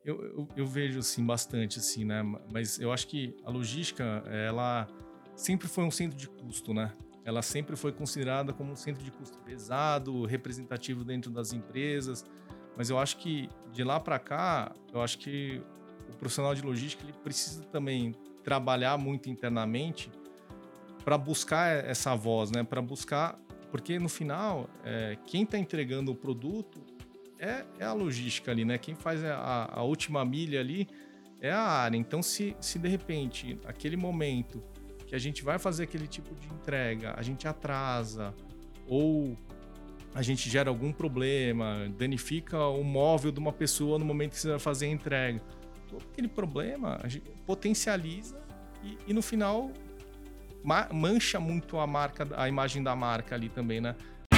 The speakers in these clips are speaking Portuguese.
Eu vejo assim bastante assim, né? Mas eu acho que a logística, ela sempre foi um centro de custo, né? Ela sempre foi considerada como um centro de custo pesado, representativo dentro das empresas. Mas eu acho que de lá para cá, eu acho que o profissional de logística ele precisa também trabalhar muito internamente para buscar essa voz, né? Para buscar, porque no final, quem está entregando o produto é a logística ali, né? Quem faz a última milha ali é a área. Então, se de repente, aquele momento que a gente vai fazer aquele tipo de entrega, a gente atrasa ou a gente gera algum problema, danifica o móvel de uma pessoa no momento que você vai fazer a entrega, todo aquele problema a gente potencializa e no final mancha muito a marca, a imagem da marca ali também, né?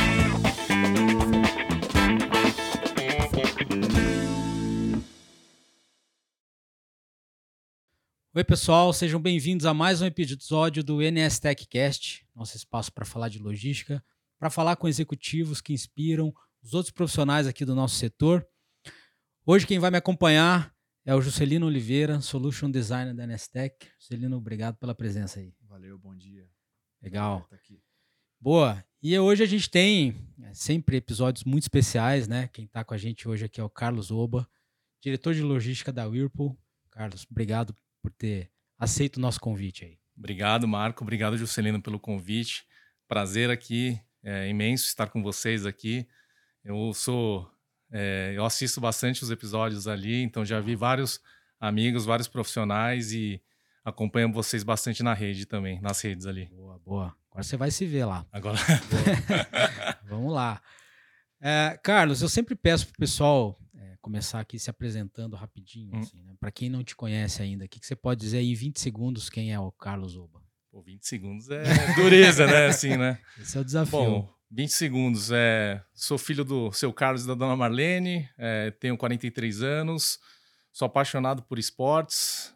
Oi, pessoal, sejam bem-vindos a mais um episódio do NS TechCast, nosso espaço para falar de logística, para falar com executivos que inspiram os outros profissionais aqui do nosso setor. Hoje quem vai me acompanhar é o Juscelino Oliveira, Solution Designer da NS Tech. Juscelino, obrigado pela presença aí. Valeu, bom dia. Legal. Tá aqui. Boa. E hoje a gente tem sempre episódios muito especiais, né? Quem está com a gente hoje aqui é o Carlos Oba, diretor de logística da Whirlpool. Carlos, obrigado por ter aceito o nosso convite aí. Obrigado, Marco. Obrigado, Juscelino, pelo convite. Prazer aqui, imenso estar com vocês aqui. Eu assisto bastante os episódios ali, então já vi vários amigos, vários profissionais e acompanho vocês bastante na rede também, nas redes ali. Boa, boa. Agora você vai se ver lá. Agora. Vamos lá. Carlos, eu sempre peço para o pessoal começar aqui se apresentando rapidinho, assim, né? Para quem não te conhece ainda, o que você pode dizer aí em 20 segundos quem é o Carlos Oba? Pô, 20 segundos é dureza, né? Assim, né? Esse é o desafio. Bom, 20 segundos. Sou filho do seu Carlos e da dona Marlene, tenho 43 anos, sou apaixonado por esportes,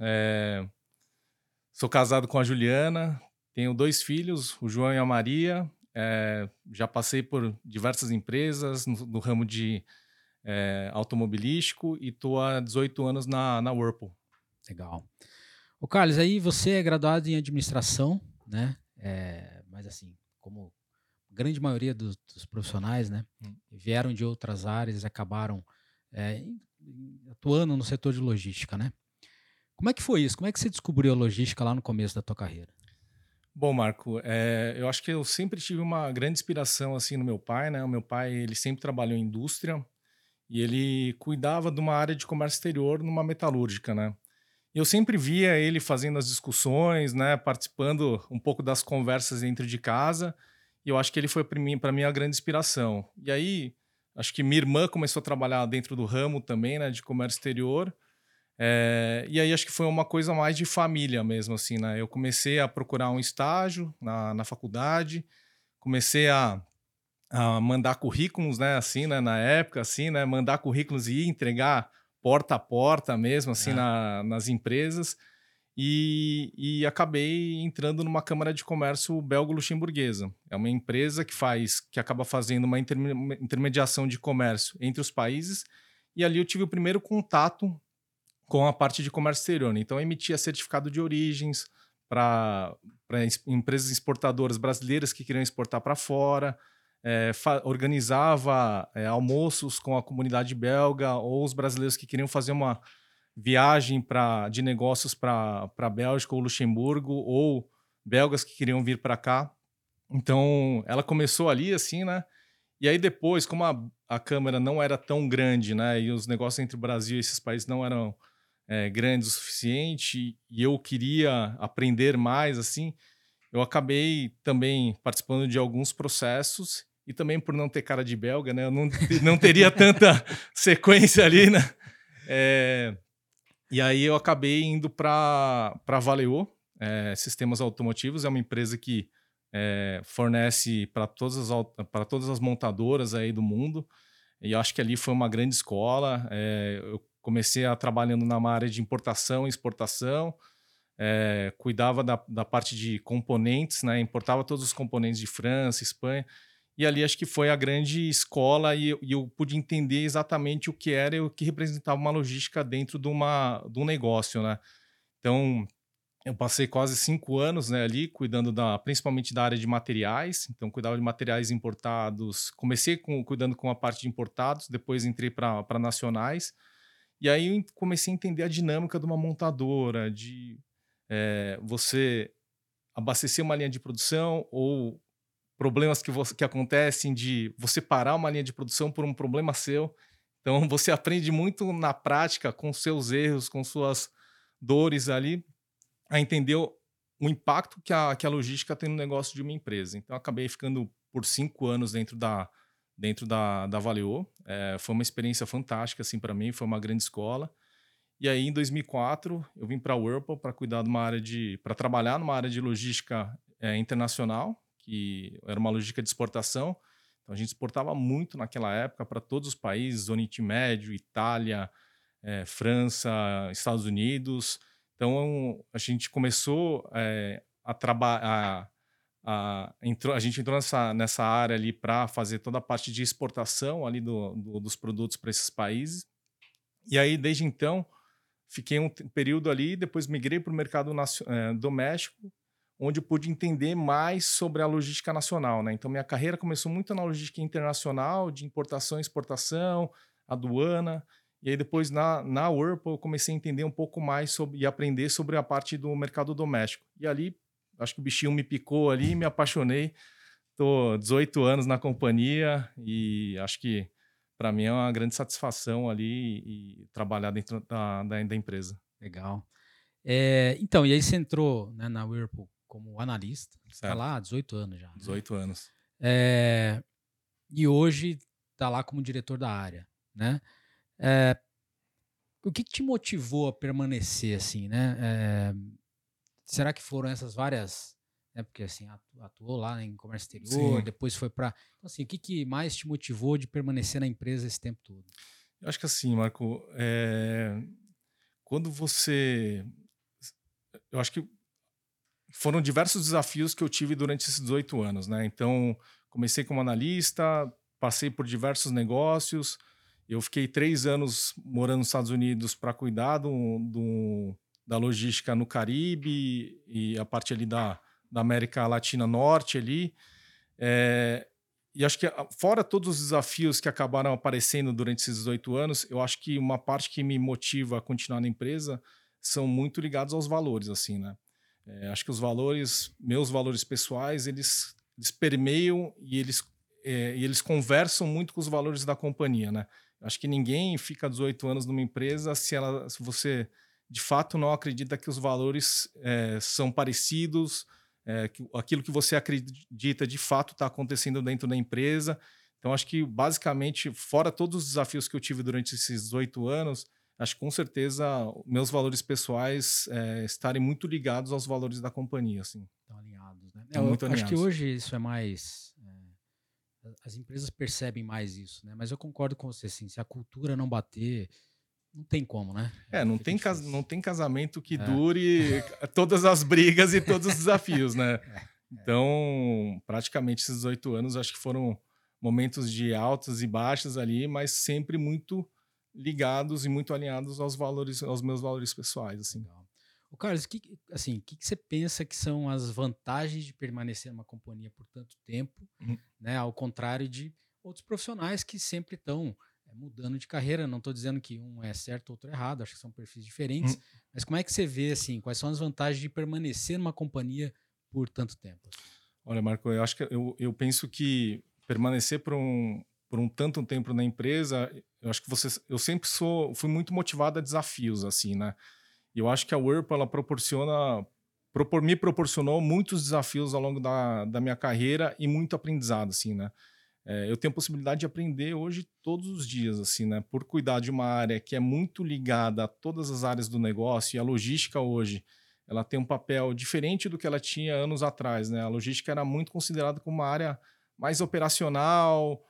sou casado com a Juliana, tenho 2 filhos, o João e a Maria. Já passei por diversas empresas no ramo de automobilístico e estou há 18 anos na Whirlpool. Legal. Ô Carlos, aí você é graduado em administração, né? Mas assim, como a grande maioria dos profissionais, né? Vieram de outras áreas e acabaram atuando no setor de logística, né? Como é que foi isso? Como é que você descobriu a logística lá no começo da tua carreira? Bom, Marco, eu acho que eu sempre tive uma grande inspiração assim no meu pai, né? O meu pai, ele sempre trabalhou em indústria e ele cuidava de uma área de comércio exterior numa metalúrgica, né? E eu sempre via ele fazendo as discussões, né? Participando um pouco das conversas dentro de casa e eu acho que ele foi para mim a grande inspiração. E aí, acho que minha irmã começou a trabalhar dentro do ramo também, né? De comércio exterior. E aí acho que foi uma coisa mais de família mesmo, assim, né? Eu comecei a procurar um estágio na faculdade, comecei a mandar currículos, né, assim, né, na época, assim, né, mandar currículos e ir entregar porta a porta mesmo, assim, nas empresas, e acabei entrando numa Câmara de Comércio belgo-luxemburguesa. É uma empresa que acaba fazendo uma intermediação de comércio entre os países, e ali eu tive o primeiro contato com a parte de comércio exterior. Então, emitia certificado de origens para empresas exportadoras brasileiras que queriam exportar para fora, organizava almoços com a comunidade belga ou os brasileiros que queriam fazer uma viagem de negócios para Bélgica ou Luxemburgo, ou belgas que queriam vir para cá. Então, ela começou ali, assim, né? E aí depois, como a Câmara não era tão grande, né? E os negócios entre o Brasil e esses países não eram grandes o suficiente, e eu queria aprender mais, assim, eu acabei também participando de alguns processos, e também por não ter cara de belga, né? Eu não teria tanta sequência ali, né? E aí eu acabei indo para Valeo, Sistemas Automotivos, é uma empresa que fornece para todas as montadoras aí do mundo, e eu acho que ali foi uma grande escola. Eu comecei trabalhando na área de importação e exportação, cuidava da parte de componentes, né? Importava todos os componentes de França, Espanha, E ali acho que foi a grande escola e eu pude entender exatamente o que era e o que representava uma logística dentro de um negócio, né. Então, eu passei quase 5 anos, né, ali cuidando principalmente da área de materiais, então cuidava de materiais importados. Comecei cuidando com a parte de importados, depois entrei para nacionais, e aí eu comecei a entender a dinâmica de uma montadora, você abastecer uma linha de produção ou problemas que acontecem de você parar uma linha de produção por um problema seu. Então você aprende muito na prática, com seus erros, com suas dores ali, a entender o impacto que a logística tem no negócio de uma empresa. Então, eu acabei ficando por 5 anos dentro da Valeo. Foi uma experiência fantástica, assim, para mim, foi uma grande escola. E aí, em 2004, eu vim para a Whirlpool para cuidar de uma área para trabalhar numa área de logística internacional, que era uma logística de exportação. Então, a gente exportava muito naquela época para todos os países, Oriente Médio, Itália, França, Estados Unidos. Então, a gente começou a trabalhar. A gente entrou nessa área ali para fazer toda a parte de exportação ali dos produtos para esses países. E aí, desde então, fiquei um período ali, depois migrei para o mercado doméstico, onde eu pude entender mais sobre a logística nacional, né? Então, minha carreira começou muito na logística internacional, de importação e exportação, aduana. E aí, depois, na Whirlpool, eu comecei a entender um pouco mais e aprender sobre a parte do mercado doméstico. E ali, acho que o bichinho me picou ali, me apaixonei. Estou 18 anos na companhia e acho que, para mim, é uma grande satisfação ali e trabalhar dentro da empresa. Legal. Então, e aí você entrou, né, na Whirlpool como analista, está Certo. lá há 18 anos já, né? 18 anos. E hoje está lá como diretor da área, né? Eh, o que te motivou a permanecer assim, né? Será que foram essas várias, né? Porque assim, atuou lá em comércio exterior, Sim. depois foi para. Então, assim, o que mais te motivou de permanecer na empresa esse tempo todo? Eu acho que assim, Marco, quando você. Eu acho que foram diversos desafios que eu tive durante esses 18 anos, né? Então, comecei como analista, passei por diversos negócios. Eu fiquei 3 anos morando nos Estados Unidos para cuidar da logística no Caribe e a parte ali da América Latina Norte ali. Eh, e acho que, fora todos os desafios que acabaram aparecendo durante esses 18 anos, eu acho que uma parte que me motiva a continuar na empresa são muito ligados aos valores, assim, né? Acho que meus valores pessoais, eles permeiam e eles conversam muito com os valores da companhia, né? Acho que ninguém fica 18 anos numa empresa se você de fato não acredita que os valores são parecidos, que aquilo que você acredita de fato está acontecendo dentro da empresa. Então, acho que basicamente, fora todos os desafios que eu tive durante esses 8 anos, acho que com certeza meus valores pessoais estarem muito ligados aos valores da companhia, assim. Estão alinhados, né? Estão Eu muito acho que alinhados. hoje isso é mais. As empresas percebem mais isso, né? Mas eu concordo com você, assim, se a cultura não bater, não tem como, né? Não Fica tem, não difícil. tem casamento que É, dure todas as brigas e todos os desafios, né? é. Então, praticamente esses 8 anos, acho que foram momentos de altos e baixos ali, mas sempre muito ligados e muito alinhados aos valores, aos meus valores pessoais, assim. Legal. O Carlos, assim, o que você pensa que são as vantagens de permanecer numa companhia por tanto tempo, Uhum. né? Ao contrário de outros profissionais que sempre estão mudando de carreira. Não estou dizendo que um é certo, outro é errado. Acho que são perfis diferentes. Uhum. Mas como é que você vê, assim, quais são as vantagens de permanecer numa companhia por tanto tempo? Olha, Marco, eu acho que eu penso que permanecer por um tanto tempo na empresa, eu acho que eu sempre fui muito motivado a desafios, assim, né? E eu acho que a Whirlpool, ela me proporcionou muitos desafios ao longo da minha carreira e muito aprendizado, assim, né? Eu tenho a possibilidade de aprender hoje todos os dias, assim, né? Por cuidar de uma área que é muito ligada a todas as áreas do negócio, e a logística hoje, ela tem um papel diferente do que ela tinha anos atrás, né? A logística era muito considerada como uma área mais operacional,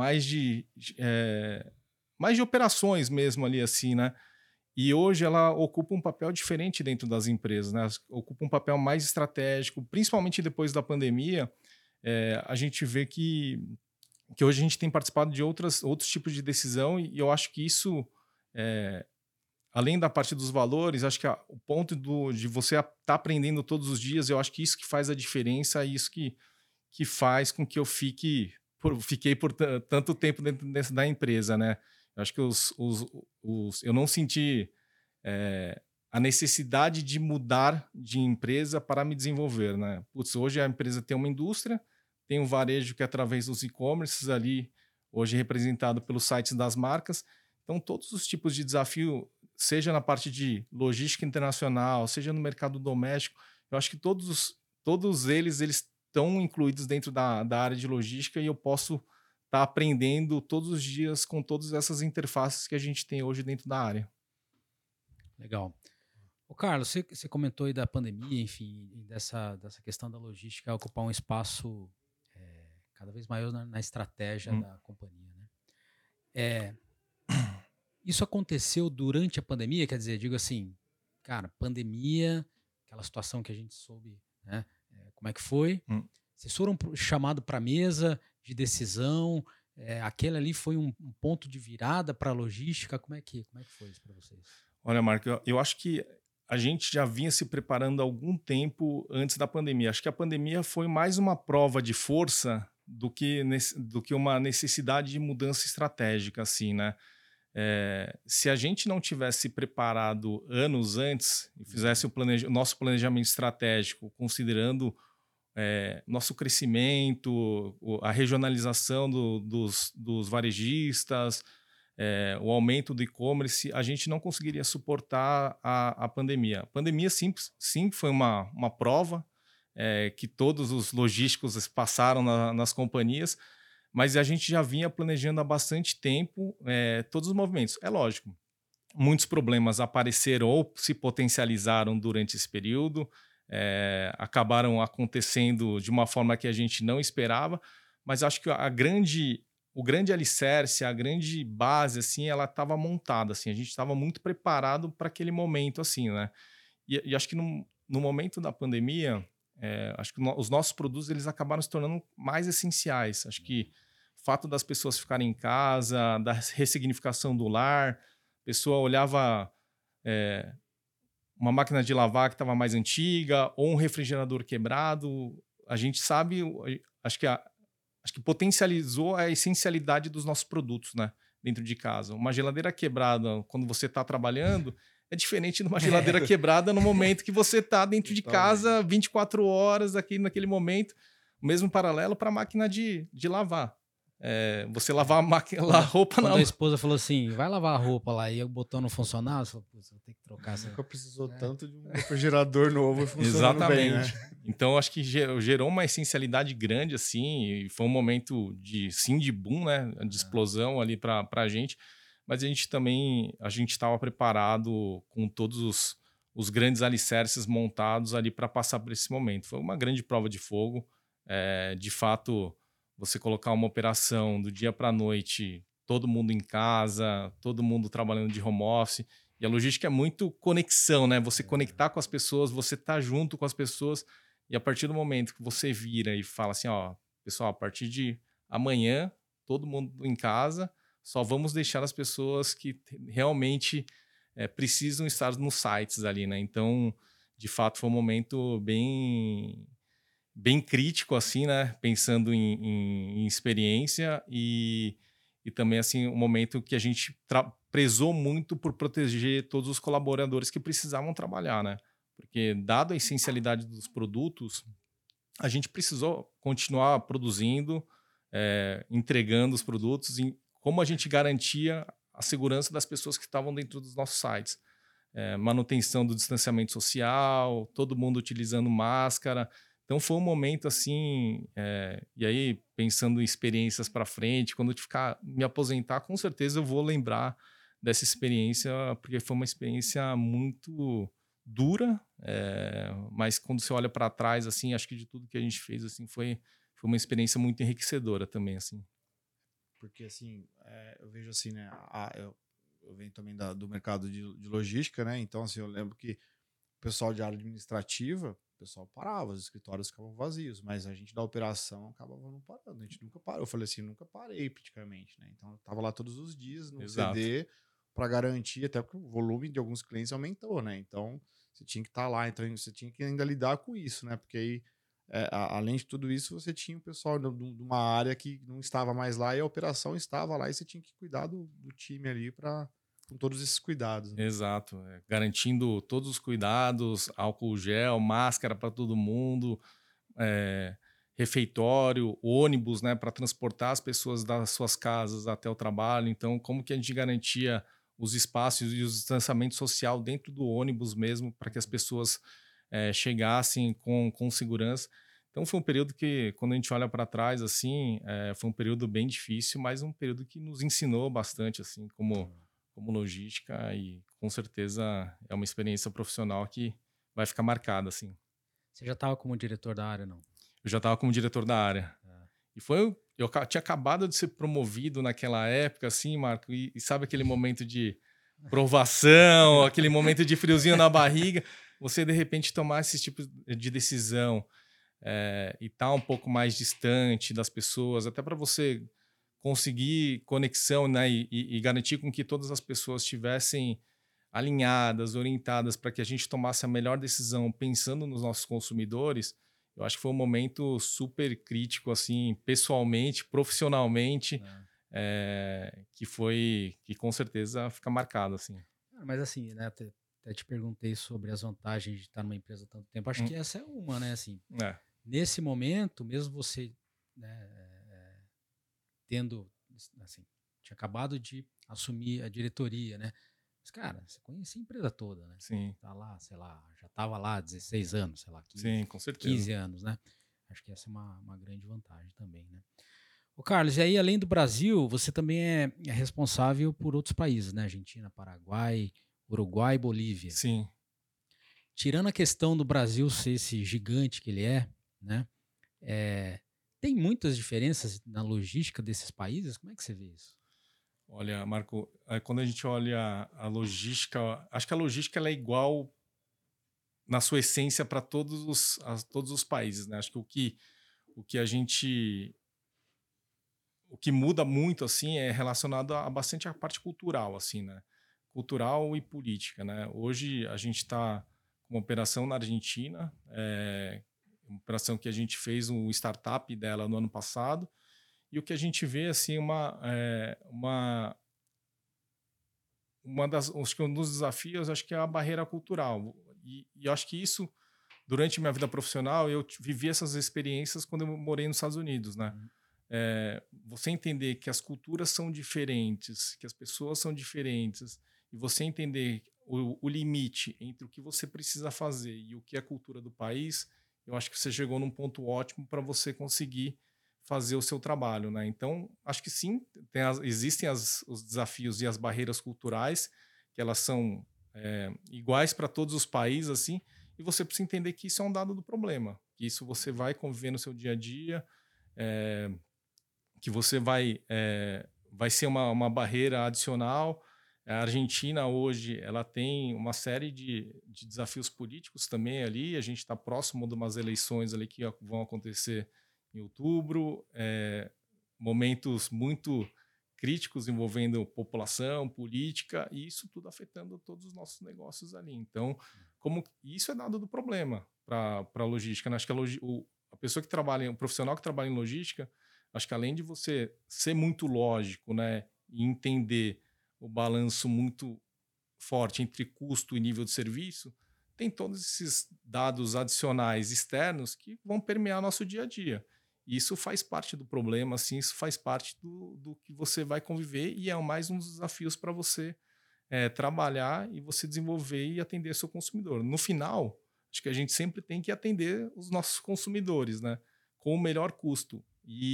mais de operações mesmo ali, assim, né? E hoje ela ocupa um papel diferente dentro das empresas, né? Ocupa um papel mais estratégico, principalmente depois da pandemia. A gente vê que que hoje a gente tem participado de outros tipos de decisão e eu acho que isso, eh, além da parte dos valores, acho que o ponto de você estar aprendendo todos os dias, eu acho que isso que faz a diferença, isso que faz com que eu fiquei por tanto tempo dentro da empresa, né? Eu acho que eu não senti a necessidade de mudar de empresa para me desenvolver, né? Putz, hoje a empresa tem uma indústria, tem um varejo que é através dos e-commerces ali, hoje representado pelos sites das marcas. Então, todos os tipos de desafio, seja na parte de logística internacional, seja no mercado doméstico, eu acho que todos eles estão incluídos dentro da área de logística e eu posso estar aprendendo todos os dias com todas essas interfaces que a gente tem hoje dentro da área. Legal. Ô Carlos, você comentou aí da pandemia, enfim, e dessa questão da logística ocupar um espaço cada vez maior na estratégia da companhia, né? Isso aconteceu durante a pandemia? Quer dizer, digo assim, cara, pandemia, aquela situação que a gente soube, né? Como é que foi? Vocês foram chamados para a mesa de decisão? Aquele ali foi um ponto de virada para a logística? Como é que foi isso para vocês? Olha, Marco, eu acho que a gente já vinha se preparando há algum tempo antes da pandemia. Acho que a pandemia foi mais uma prova de força do que uma necessidade de mudança estratégica, assim, né? Se a gente não tivesse preparado anos antes e fizesse o nosso planejamento estratégico, considerando nosso crescimento, a regionalização dos varejistas, o aumento do e-commerce, a gente não conseguiria suportar a pandemia. A pandemia, sim foi uma prova que todos os logísticos passaram nas companhias, mas a gente já vinha planejando há bastante tempo todos os movimentos. É lógico, muitos problemas apareceram ou se potencializaram durante esse período, acabaram acontecendo de uma forma que a gente não esperava, mas acho que o grande alicerce, a grande base, assim, ela estava montada, assim, a gente estava muito preparado para aquele momento, assim, né? E acho que no momento da pandemia, acho que os nossos produtos eles acabaram se tornando mais essenciais. Acho que o fato das pessoas ficarem em casa, da ressignificação do lar, a pessoa olhava uma máquina de lavar que estava mais antiga ou um refrigerador quebrado, a gente sabe, acho que potencializou a essencialidade dos nossos produtos, né, dentro de casa. Uma geladeira quebrada quando você está trabalhando é diferente de uma geladeira quebrada no momento que você está dentro de casa 24 horas aqui naquele momento. O mesmo paralelo para a máquina de lavar. Você lavar a roupa quando a esposa falou assim, vai lavar a roupa lá, e o botão não funcionava, você falou, putz, vou ter que trocar essa. Nunca precisou tanto de um refrigerador novo funcionando bem, né? Então, acho que gerou uma essencialidade grande, assim, e foi um momento de boom, né? De explosão ali para a gente. Mas a gente estava preparado com todos os grandes alicerces montados ali para passar por esse momento. Foi uma grande prova de fogo. De fato, você colocar uma operação do dia para a noite, todo mundo em casa, todo mundo trabalhando de home office. E a logística é muito conexão, né? Você conectar com as pessoas, você tá junto com as pessoas. E a partir do momento que você vira e fala assim, ó, pessoal, a partir de amanhã, todo mundo em casa, só vamos deixar as pessoas que realmente precisam estar nos sites ali, né? Então, de fato, foi um momento bem crítico, assim, né? Pensando em experiência e também, assim, um momento que a gente prezou muito por proteger todos os colaboradores que precisavam trabalhar, né? Porque, dado a essencialidade dos produtos, a gente precisou continuar produzindo, entregando os produtos, como a gente garantia a segurança das pessoas que estavam dentro dos nossos sites. Manutenção do distanciamento social, todo mundo utilizando máscara. Então foi um momento assim, e aí pensando em experiências para frente, quando eu me aposentar, com certeza eu vou lembrar dessa experiência, porque foi uma experiência muito dura, mas quando você olha para trás, assim, acho que de tudo que a gente fez, assim, foi uma experiência muito enriquecedora também, assim. Porque assim, eu vejo assim, né? Eu venho também do mercado de logística, né? Então assim, eu lembro que pessoal de área administrativa, o pessoal parava, os escritórios ficavam vazios, mas a gente da operação acabava não parando, a gente nunca parou. Eu falei assim, nunca parei praticamente, né? Então eu tava lá todos os dias no CD para garantir, até porque o volume de alguns clientes aumentou, né? Então você tinha que estar lá, então você tinha que ainda lidar com isso, né? Porque aí, além de tudo isso, você tinha o pessoal de uma área que não estava mais lá e a operação estava lá e você tinha que cuidar do time ali com todos esses cuidados. Né? Exato. Garantindo todos os cuidados, álcool gel, máscara para todo mundo, refeitório, ônibus, né, para transportar as pessoas das suas casas até o trabalho. Então, como que a gente garantia os espaços e o distanciamento social dentro do ônibus mesmo, para que as pessoas chegassem com segurança. Então, foi um período que, quando a gente olha para trás, assim, foi um período bem difícil, mas um período que nos ensinou bastante, assim, como logística, e com certeza é uma experiência profissional que vai ficar marcada, assim. Você já estava como diretor da área, não? Eu já estava como diretor da área. E eu tinha acabado de ser promovido naquela época, assim, Marco, e sabe aquele momento de provação, aquele momento de friozinho na barriga, você de repente tomar esse tipo de decisão e tá um pouco mais distante das pessoas, até para você conseguir conexão, né, e garantir com que todas as pessoas estivessem alinhadas, orientadas para que a gente tomasse a melhor decisão pensando nos nossos consumidores. Eu acho que foi um momento super crítico, assim, pessoalmente, profissionalmente, que com certeza fica marcado, assim. Mas assim, né, até te perguntei sobre as vantagens de estar numa empresa há tanto tempo. Acho que essa é uma, né, assim. Nesse momento, mesmo você, né, tendo, assim, tinha acabado de assumir a diretoria, né? Mas, cara, você conhecia a empresa toda, né? Sim. Tá lá, sei lá, já estava lá 16 anos, sei lá, 15, sim, com certeza. 15 anos, né? Acho que essa é uma grande vantagem também, né? Ô Carlos, e aí além do Brasil, você também é responsável por outros países, né? Argentina, Paraguai, Uruguai e Bolívia. Sim. Tirando a questão do Brasil ser esse gigante que ele é, né? Tem muitas diferenças na logística desses países? Como é que você vê isso? Olha, Marco, quando a gente olha a logística, acho que a logística ela é igual na sua essência para todos os países, né? Acho que o que muda muito assim é relacionado a bastante a parte cultural, assim, né? Cultural e política, né? Hoje a gente está com uma operação na Argentina, uma operação que a gente fez um startup dela no ano passado, e o que a gente vê assim acho que um dos desafios acho que é a barreira cultural, e eu acho que isso durante minha vida profissional eu vivi essas experiências quando eu morei nos Estados Unidos, né? Você entender que as culturas são diferentes, que as pessoas são diferentes, e você entender o limite entre o que você precisa fazer e o que é a cultura do país, eu acho que você chegou num ponto ótimo para você conseguir fazer o seu trabalho, né? Então, acho que sim, existem os desafios e as barreiras culturais, que elas são iguais para todos os países, assim, e você precisa entender que isso é um dado do problema, que isso você vai conviver no seu dia a dia, que você vai ser uma barreira adicional. A Argentina hoje ela tem uma série de desafios políticos também ali. A gente está próximo de umas eleições ali que vão acontecer em outubro, momentos muito críticos envolvendo população, política, e isso tudo afetando todos os nossos negócios ali. Então, isso é dado do problema para a logística, né? Acho que a pessoa que trabalha, o profissional que trabalha em logística, acho que além de você ser muito lógico, né, e entender o balanço muito forte entre custo e nível de serviço, tem todos esses dados adicionais externos que vão permear nosso dia a dia. E isso faz parte do problema, assim, isso faz parte do que você vai conviver, e é mais um dos desafios para você trabalhar e você desenvolver e atender seu consumidor. No final, acho que a gente sempre tem que atender os nossos consumidores, né, com o melhor custo.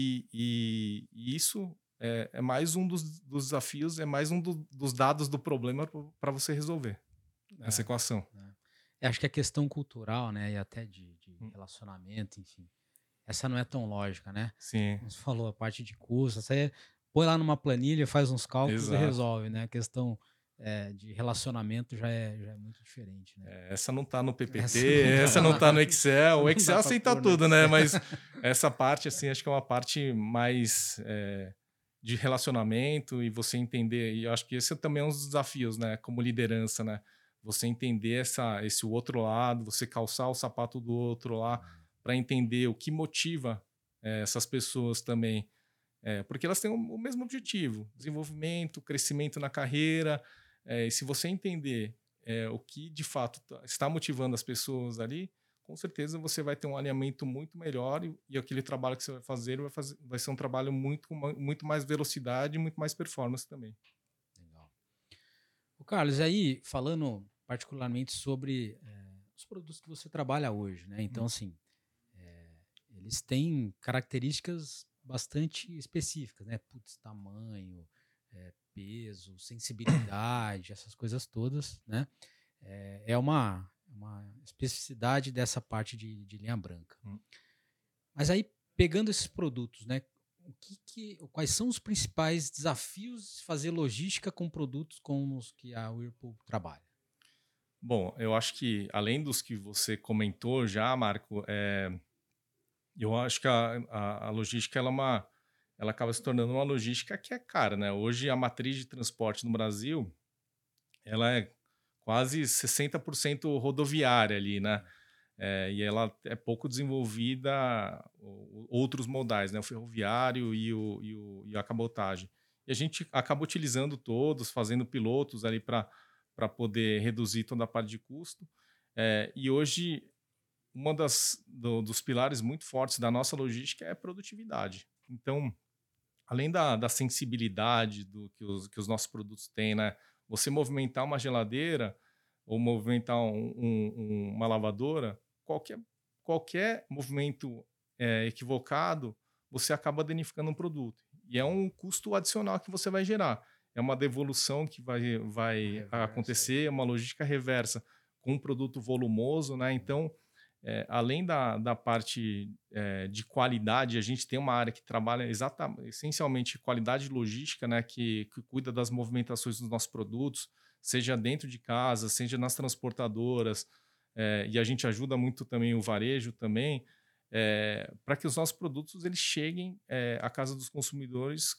E isso é mais um dos desafios, é mais um dos dados do problema para você resolver essa equação. Acho que a questão cultural, né, e até de relacionamento, enfim, essa não é tão lógica, né? Sim. Como você falou, a parte de custo, você põe lá numa planilha, faz uns cálculos. Exato. E resolve, né? A questão de relacionamento já é muito diferente, né? Essa não está no PPT, essa não está no Excel. O Excel aceita tudo, né? Mas essa parte, assim, acho que é uma parte mais de relacionamento e você entender. E eu acho que esse também é um dos desafios, né? Como liderança, né? Você entender esse outro lado, você calçar o sapato do outro lá para entender o que motiva essas pessoas também. Porque elas têm o mesmo objetivo: desenvolvimento, crescimento na carreira. E se você entender o que de fato está motivando as pessoas ali, com certeza você vai ter um alinhamento muito melhor e aquele trabalho que você vai ser um trabalho muito mais velocidade e muito mais performance também. Legal. O Carlos, aí falando particularmente sobre os produtos que você trabalha hoje, né? Então, assim, eles têm características bastante específicas, né? Putz, tamanho, peso, sensibilidade, essas coisas todas, né? É uma especificidade dessa parte de linha branca. Mas aí, pegando esses produtos, né? Quais são os principais desafios de fazer logística com produtos como os que a Whirlpool trabalha? Bom, eu acho que além dos que você comentou já, Marco, eu acho que a logística ela acaba se tornando uma logística que é cara, né? Hoje a matriz de transporte no Brasil ela é quase 60% rodoviária ali, né? E ela é pouco desenvolvida outros modais, né? O ferroviário e a cabotagem. E a gente acaba utilizando todos, fazendo pilotos ali para poder reduzir toda a parte de custo. E hoje, dos pilares muito fortes da nossa logística é a produtividade. Então, além da sensibilidade que os nossos produtos têm, né? Você movimentar uma geladeira ou movimentar uma lavadora, qualquer movimento equivocado, você acaba danificando um produto. E é um custo adicional que você vai gerar. É uma devolução que vai acontecer, é uma logística reversa com um produto volumoso, né? Então, além da parte de qualidade, a gente tem uma área que trabalha essencialmente qualidade logística, né, que cuida das movimentações dos nossos produtos, seja dentro de casa, seja nas transportadoras, e a gente ajuda muito também o varejo também, para que os nossos produtos eles cheguem à casa dos consumidores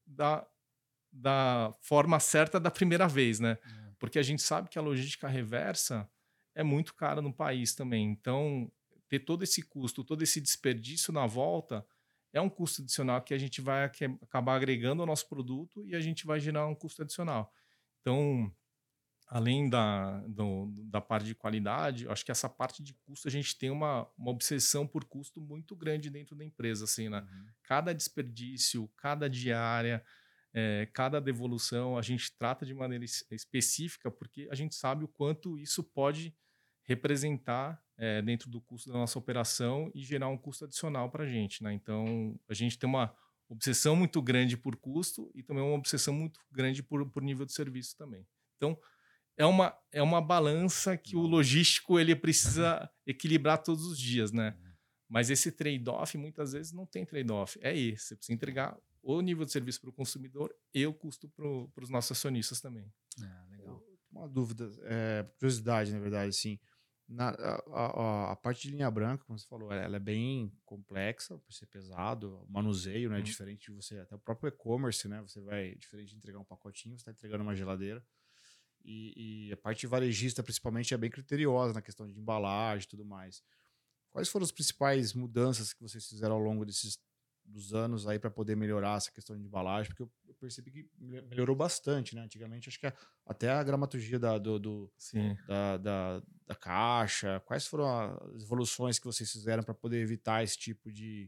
da forma certa da primeira vez, né? Porque a gente sabe que a logística reversa é muito cara no país também. Então, ter todo esse custo, todo esse desperdício na volta é um custo adicional que a gente vai acabar agregando ao nosso produto e a gente vai gerar um custo adicional. Então, além da parte de qualidade, eu acho que essa parte de custo a gente tem uma obsessão por custo muito grande dentro da empresa, assim, né? Cada desperdício, cada diária, cada devolução, a gente trata de maneira específica porque a gente sabe o quanto isso pode representar dentro do custo da nossa operação e gerar um custo adicional para a gente, né? Então, a gente tem uma obsessão muito grande por custo e também uma obsessão muito grande por nível de serviço também. Então, é uma balança que o logístico ele precisa equilibrar todos os dias, né? Mas esse trade-off, muitas vezes, não tem trade-off. É esse. Você precisa entregar o nível de serviço para o consumidor e o custo para os nossos acionistas também. Legal. Uma dúvida, curiosidade, na verdade, assim. A parte de linha branca, como você falou, ela é bem complexa por ser pesado, o manuseio, né? Diferente de você, até o próprio e-commerce, né? Você vai, diferente de entregar um pacotinho, você está entregando uma geladeira. E a parte varejista, principalmente, é bem criteriosa na questão de embalagem e tudo mais. Quais foram as principais mudanças que vocês fizeram ao longo dos anos aí para poder melhorar essa questão de embalagem? Porque eu percebi que melhorou bastante, né? Antigamente, acho que até a gramaturgia da caixa. Quais foram as evoluções que vocês fizeram para poder evitar esse tipo de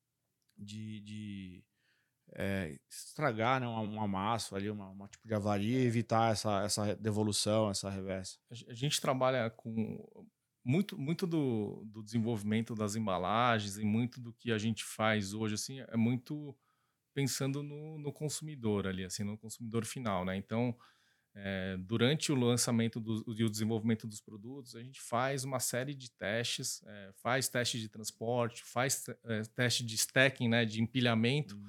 estragar, né, um amasso ali, uma tipo de avaria e evitar essa devolução, essa reversa? A gente trabalha com muito do desenvolvimento das embalagens e muito do que a gente faz hoje assim é muito pensando no consumidor ali, assim, no consumidor final, né? Então, durante o lançamento e o desenvolvimento dos produtos, a gente faz uma série de testes, faz teste de transporte, faz teste de stacking, né, de empilhamento,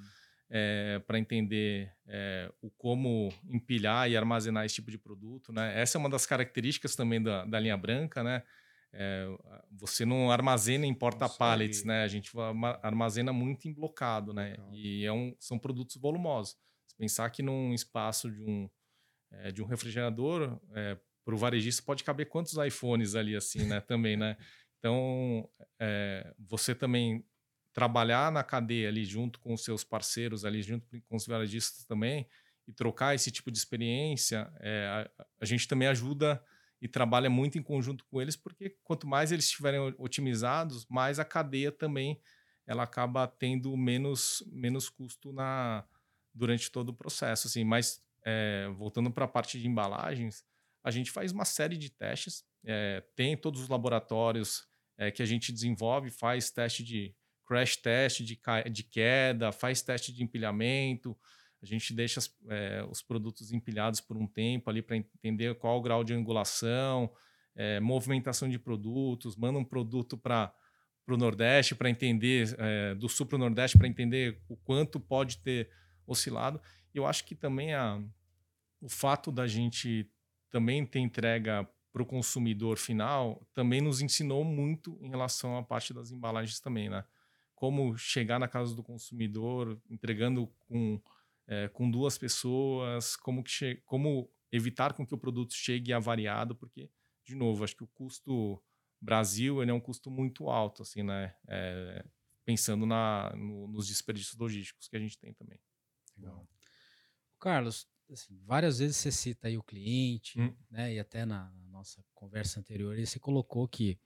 para entender o como empilhar e armazenar esse tipo de produto, né? Essa é uma das características também da linha branca, né? Você não armazena em porta-pallets, né? A gente armazena muito em blocado, né? E são produtos volumosos. Se pensar que num espaço de um refrigerador, para o varejista pode caber quantos iPhones ali assim, né? Também, né? Então, você também trabalhar na cadeia ali junto com os seus parceiros ali, junto com os varejistas também, e trocar esse tipo de experiência, a gente também ajuda e trabalha muito em conjunto com eles, porque quanto mais eles estiverem otimizados, mais a cadeia também ela acaba tendo menos custo durante todo o processo. Assim. Mas, voltando para a parte de embalagens, a gente faz uma série de testes, tem todos os laboratórios que a gente desenvolve, faz teste de crash test de queda, faz teste de empilhamento, a gente deixa os produtos empilhados por um tempo ali para entender qual o grau de angulação, movimentação de produtos, manda um produto para o Nordeste para entender, do Sul para o Nordeste para entender o quanto pode ter oscilado. E eu acho que também o fato da gente também ter entrega para o consumidor final também nos ensinou muito em relação à parte das embalagens também, né? Como chegar na casa do consumidor, entregando com 2 pessoas, como evitar com que o produto chegue avariado, porque, de novo, acho que o custo Brasil ele é um custo muito alto, assim, né? Pensando nos desperdícios logísticos que a gente tem também. Legal. Carlos, assim, várias vezes você cita aí o cliente, né? E até na nossa conversa anterior, você colocou que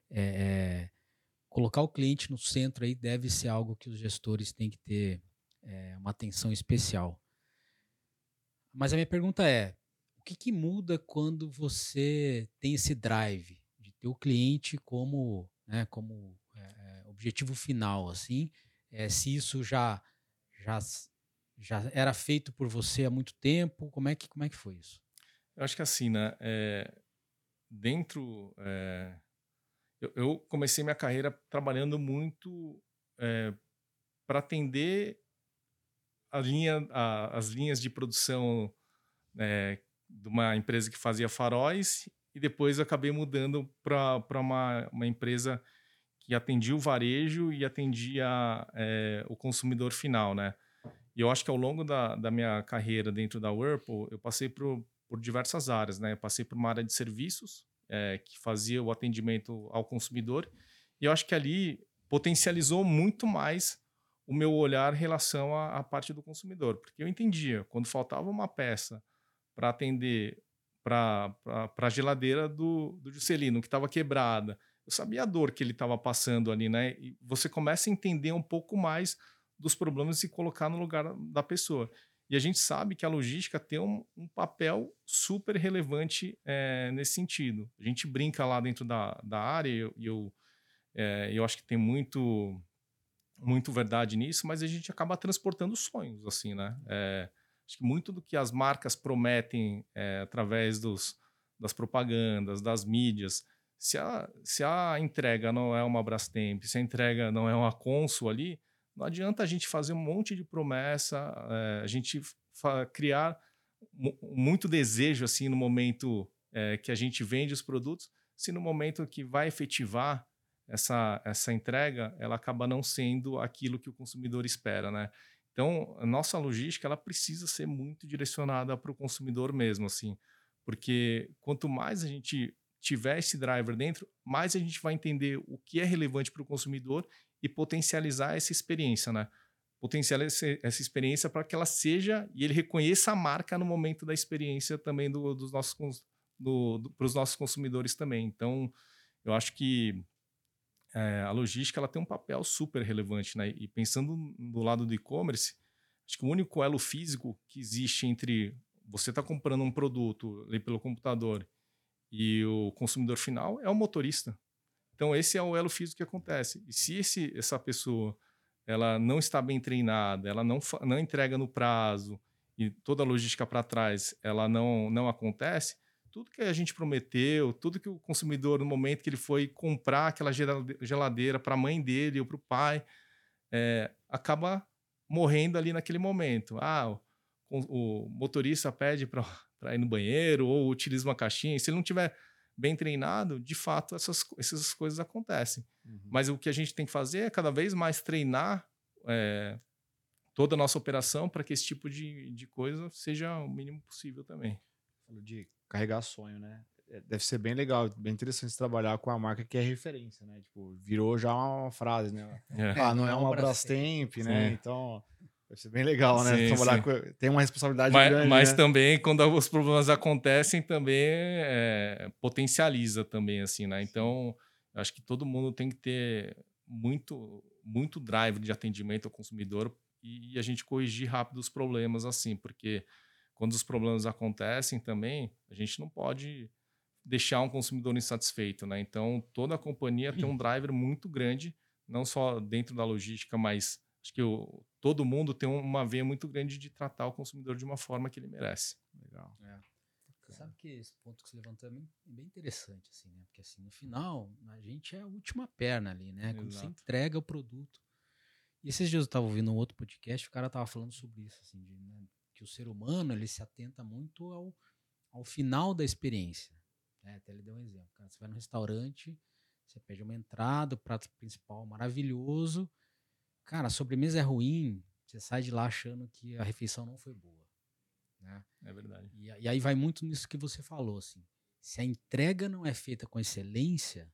colocar o cliente no centro aí deve ser algo que os gestores têm que ter uma atenção especial. Mas a minha pergunta é, o que muda quando você tem esse drive de ter o cliente como, né, como objetivo final, assim, se isso já era feito por você há muito tempo, como é que foi isso? Eu acho que assim, né, eu comecei minha carreira trabalhando muito para atender as linhas de produção de uma empresa que fazia faróis e depois eu acabei mudando para uma empresa que atendia o varejo e atendia o consumidor final, né? E eu acho que ao longo da minha carreira dentro da Whirlpool, eu passei por diversas áreas, né? Eu passei por uma área de serviços, que fazia o atendimento ao consumidor, e eu acho que ali potencializou muito mais o meu olhar em relação à parte do consumidor, porque eu entendia, quando faltava uma peça para atender para a geladeira do Juscelino, que estava quebrada, eu sabia a dor que ele estava passando ali, né? E você começa a entender um pouco mais dos problemas e colocar no lugar da pessoa. E a gente sabe que a logística tem um papel super relevante nesse sentido. A gente brinca lá dentro da área e eu acho que tem muito verdade nisso, mas a gente acaba transportando sonhos, assim, né? Acho que muito do que as marcas prometem através das propagandas, das mídias, se a entrega não é uma Brastemp, se a entrega não é uma Consul ali, não adianta a gente fazer um monte de promessa, a gente criar muito desejo assim no momento que a gente vende os produtos, se no momento que vai efetivar essa entrega, ela acaba não sendo aquilo que o consumidor espera, né? Então, a nossa logística ela precisa ser muito direcionada para o consumidor mesmo, assim, porque quanto mais a gente tiver esse driver dentro, mais a gente vai entender o que é relevante para o consumidor e potencializar essa experiência, né? Potencializar essa experiência para que ela seja e ele reconheça a marca no momento da experiência também para os nossos consumidores também. Então, eu acho que a logística ela tem um papel super relevante, né? E pensando do lado do e-commerce, acho que o único elo físico que existe entre você está comprando um produto ali pelo computador e o consumidor final é o motorista. Então esse é o elo físico que acontece. E se essa pessoa ela não está bem treinada, ela não entrega no prazo e toda a logística para trás ela não acontece, tudo que a gente prometeu, tudo que o consumidor, no momento que ele foi comprar aquela geladeira para a mãe dele ou para o pai, acaba morrendo ali naquele momento. O motorista pede para ir no banheiro ou utiliza uma caixinha. E se ele não tiver bem treinado, de fato, essas coisas acontecem. Mas o que a gente tem que fazer é cada vez mais treinar toda a nossa operação para que esse tipo de coisa seja o mínimo possível também. Falou de carregar sonho, né? Deve ser bem legal, bem interessante trabalhar com a marca que é referência, né? Tipo, virou já uma frase, né? Não é uma Brastemp, né? Então, deve ser bem legal, né? Trabalhar tem uma responsabilidade grande, mas né? Também, quando os problemas acontecem, também potencializa também, assim, né? Então, eu acho que todo mundo tem que ter muito drive de atendimento ao consumidor e a gente corrigir rápido os problemas, assim, porque quando os problemas acontecem também, a gente não pode deixar um consumidor insatisfeito, né? Então, toda a companhia tem um driver muito grande, não só dentro da logística, mas acho que todo mundo tem uma veia muito grande de tratar o consumidor de uma forma que ele merece. Legal. Você sabe que esse ponto que você levantou é bem interessante, assim, né? Porque assim, no final, a gente é a última perna ali, né? Quando você entrega o produto. E esses dias eu estava ouvindo um outro podcast, o cara estava falando sobre isso, assim, né? Que o ser humano, ele se atenta muito ao final da experiência. Até ele deu um exemplo. Cara, você vai no restaurante, você pede uma entrada, o prato principal maravilhoso. Cara, a sobremesa é ruim, você sai de lá achando que a refeição não foi boa. Né? É verdade. E aí vai muito nisso que você falou, assim. Se a entrega não é feita com excelência,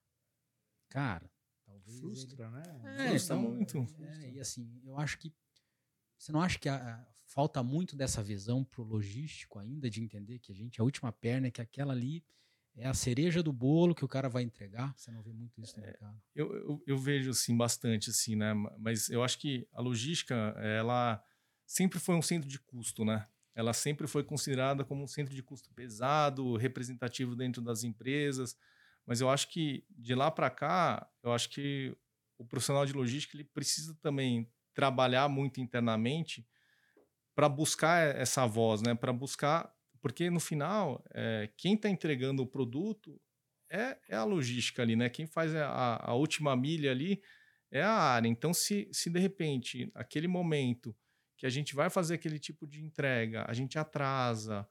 cara, talvez frustra, né? Frustra muito. E assim, eu acho que você não acha que falta muito dessa visão pro logístico ainda, de entender que a gente é a última perna, que aquela ali é a cereja do bolo que o cara vai entregar? Você não vê muito isso no mercado? Eu vejo, assim, bastante, assim, né? Mas eu acho que a logística, ela sempre foi um centro de custo, né? Ela sempre foi considerada como um centro de custo pesado, representativo dentro das empresas. Mas eu acho que, de lá para cá, eu acho que o profissional de logística ele precisa também trabalhar muito internamente para buscar essa voz, né? Para buscar... Porque, no final, quem está entregando o produto é a logística ali, né? Quem faz a última milha ali é a área. Então, se de repente, aquele momento que a gente vai fazer aquele tipo de entrega, a gente atrasa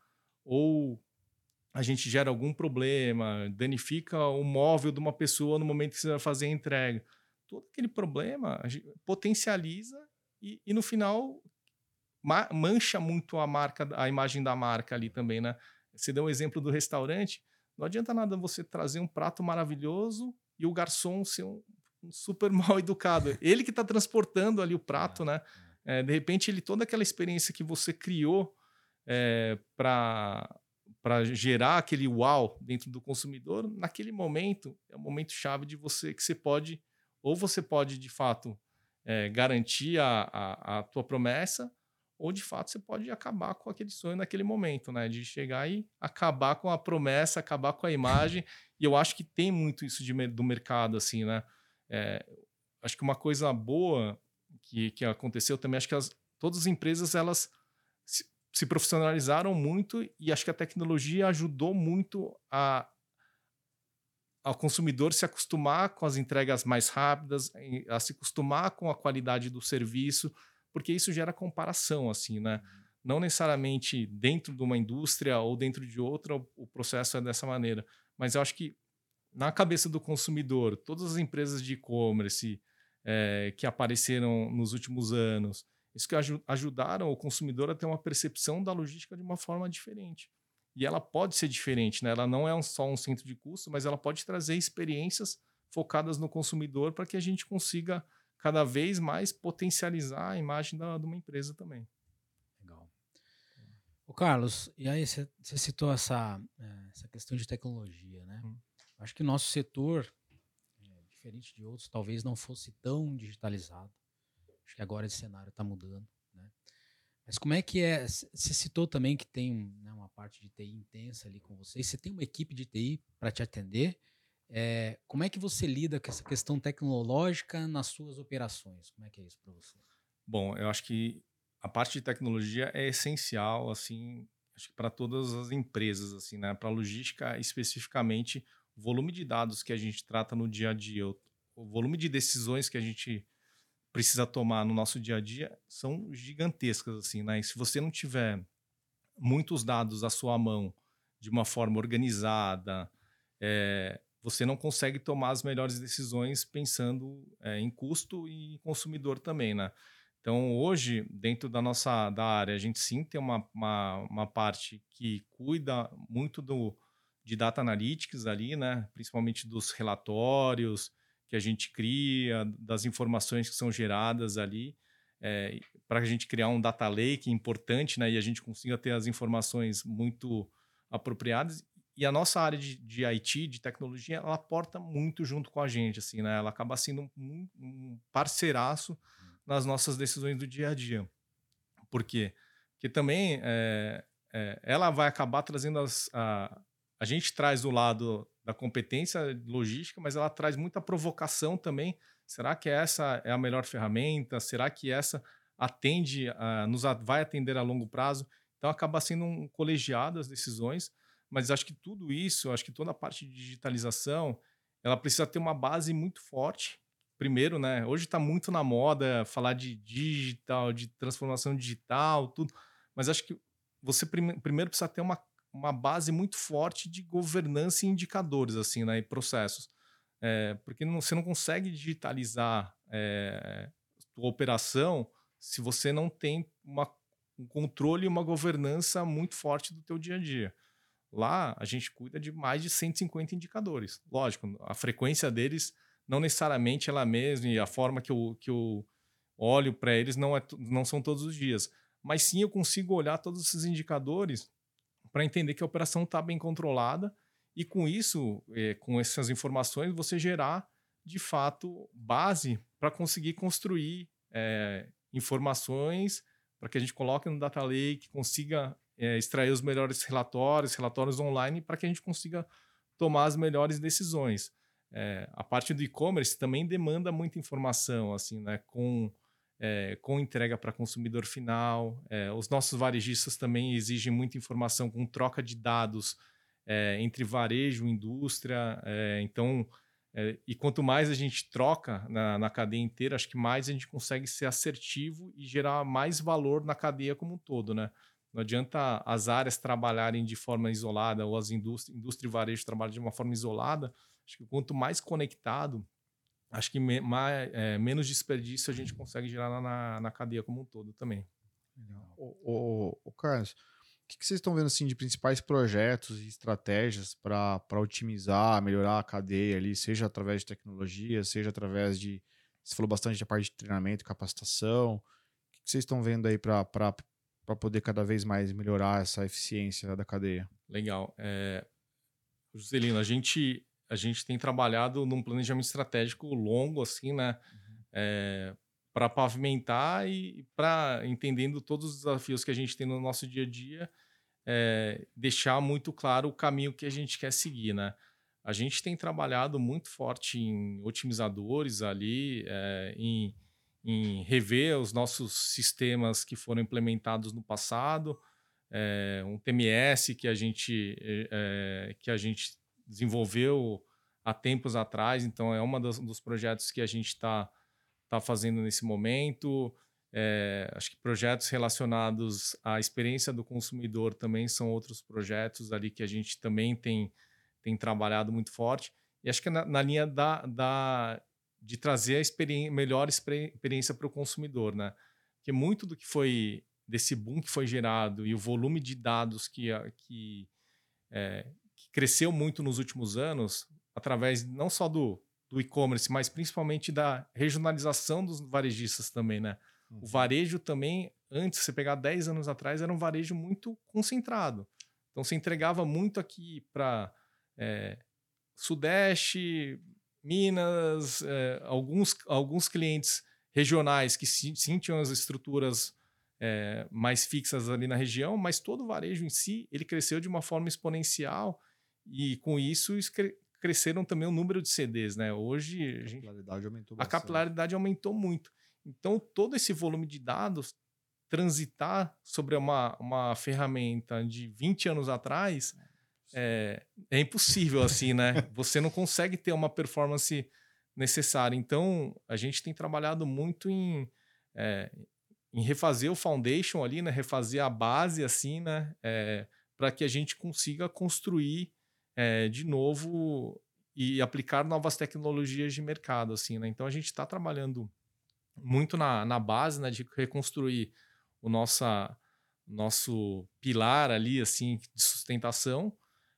ou a gente gera algum problema, danifica o móvel de uma pessoa no momento que você vai fazer a entrega, todo aquele problema a gente potencializa e no final mancha muito a imagem da marca ali também, né? Você deu o exemplo do restaurante, não adianta nada você trazer um prato maravilhoso e o garçom ser um super mal educado. Ele que está transportando ali o prato, né? De repente, toda aquela experiência que você criou para gerar aquele uau dentro do consumidor, naquele momento, é o momento chave de que você pode, ou você pode, de fato, garantir a tua promessa, ou de fato você pode acabar com aquele sonho naquele momento, né? De chegar e acabar com a promessa, acabar com a imagem. E eu acho que tem muito isso do mercado, assim, né? Acho que uma coisa boa que aconteceu também, acho que todas as empresas, elas se profissionalizaram muito e acho que a tecnologia ajudou muito ao consumidor se acostumar com as entregas mais rápidas, a se acostumar com a qualidade do serviço, porque isso gera comparação, assim, né? Não necessariamente dentro de uma indústria ou dentro de outra o processo é dessa maneira, mas eu acho que na cabeça do consumidor, todas as empresas de e-commerce que apareceram nos últimos anos, isso que ajudaram o consumidor a ter uma percepção da logística de uma forma diferente. E ela pode ser diferente, né? Ela não é só um centro de custo, mas ela pode trazer experiências focadas no consumidor para que a gente consiga cada vez mais potencializar a imagem de uma empresa também. Legal. Ô Carlos, e aí você citou essa questão de tecnologia, né? Acho que o nosso setor, diferente de outros, talvez não fosse tão digitalizado. Acho que agora esse cenário está mudando, né? Mas como é que é? Você citou também que tem uma parte de TI intensa ali com vocês. Você tem uma equipe de TI para te atender. Como é que você lida com essa questão tecnológica nas suas operações? Como é que é isso para você? Bom, eu acho que a parte de tecnologia é essencial, assim, acho que para todas as empresas, assim, né? Para a logística especificamente, o volume de dados que a gente trata no dia a dia, o volume de decisões que a gente precisa tomar no nosso dia a dia são gigantescas, assim, né? E se você não tiver muitos dados à sua mão de uma forma organizada, você não consegue tomar as melhores decisões pensando em custo e consumidor também, né? Então, hoje, dentro da área, a gente sim tem uma parte que cuida muito de data analytics ali, né? Principalmente dos relatórios que a gente cria, das informações que são geradas ali, para a gente criar um data lake importante, né? E a gente consiga ter as informações muito apropriadas. E a nossa área de IT, de tecnologia, ela aporta muito junto com a gente, assim, né? Ela acaba sendo um parceiraço nas nossas decisões do dia a dia. Por quê? Porque também ela vai acabar trazendo a gente traz o lado da competência logística, mas ela traz muita provocação também. Será que essa é a melhor ferramenta? Será que essa vai atender a longo prazo? Então acaba sendo um colegiado as decisões, mas acho que tudo isso, acho que toda a parte de digitalização, ela precisa ter uma base muito forte. Primeiro, né? Hoje está muito na moda falar de digital, de transformação digital, tudo. Mas acho que você primeiro precisa ter uma base muito forte de governança e indicadores, assim, né? E processos. Porque você não consegue digitalizar a sua operação se você não tem um controle e uma governança muito forte do teu dia a dia. Lá, a gente cuida de mais de 150 indicadores. Lógico, a frequência deles não necessariamente ela mesma e a forma que eu olho para eles não são todos os dias. Mas sim, eu consigo olhar todos esses indicadores para entender que a operação está bem controlada e com isso, com essas informações, você gerar, de fato, base para conseguir construir informações para que a gente coloque no Data Lake, consiga extrair os melhores relatórios online, para que a gente consiga tomar as melhores decisões. A parte do e-commerce também demanda muita informação, assim, né, com entrega para consumidor final. Os nossos varejistas também exigem muita informação com troca de dados entre varejo e indústria. Então, e quanto mais a gente troca na cadeia inteira, acho que mais a gente consegue ser assertivo e gerar mais valor na cadeia como um todo, né? Não adianta as áreas trabalharem de forma isolada ou as indústria e varejo trabalharem de uma forma isolada. Acho que quanto mais conectado, acho que menos desperdício a gente consegue gerar na cadeia como um todo também. Ô, Carlos, o que vocês estão vendo assim, de principais projetos e estratégias para otimizar, melhorar a cadeia ali, seja através de tecnologia, seja através de... Você falou bastante da parte de treinamento, capacitação. O que vocês estão vendo aí para poder cada vez mais melhorar essa eficiência da cadeia? Legal. Juscelino, a gente tem trabalhado num planejamento estratégico longo, assim, né? Para pavimentar e para, entendendo todos os desafios que a gente tem no nosso dia a dia, deixar muito claro o caminho que a gente quer seguir, né? A gente tem trabalhado muito forte em otimizadores ali, em rever os nossos sistemas que foram implementados no passado, um TMS que a gente desenvolveu há tempos atrás, então é um dos projetos que a gente está fazendo nesse momento. Acho que projetos relacionados à experiência do consumidor também são outros projetos ali que a gente também tem trabalhado muito forte. E acho que na linha de trazer a melhor experiência para o consumidor, né? Porque muito do que foi desse boom que foi gerado e o volume de dados que cresceu muito nos últimos anos, através não só do e-commerce, mas principalmente da regionalização dos varejistas também, né? O varejo também, antes, você pegar 10 anos atrás, era um varejo muito concentrado. Então, você entregava muito aqui para Sudeste, Minas, alguns clientes regionais que sim tinham as estruturas mais fixas ali na região, mas todo o varejo em si, ele cresceu de uma forma exponencial e com isso cresceram também o número de CDs, né? Hoje a capilaridade aumentou muito. Então, todo esse volume de dados transitar sobre uma ferramenta de 20 anos atrás é impossível, assim, né? Você não consegue ter uma performance necessária. Então, a gente tem trabalhado muito em refazer o foundation ali, né? Refazer a base, assim, né? Para que a gente consiga construir de novo e aplicar novas tecnologias de mercado, assim, né? Então, a gente está trabalhando muito na base, né? De reconstruir o nosso pilar ali, assim, de sustentação.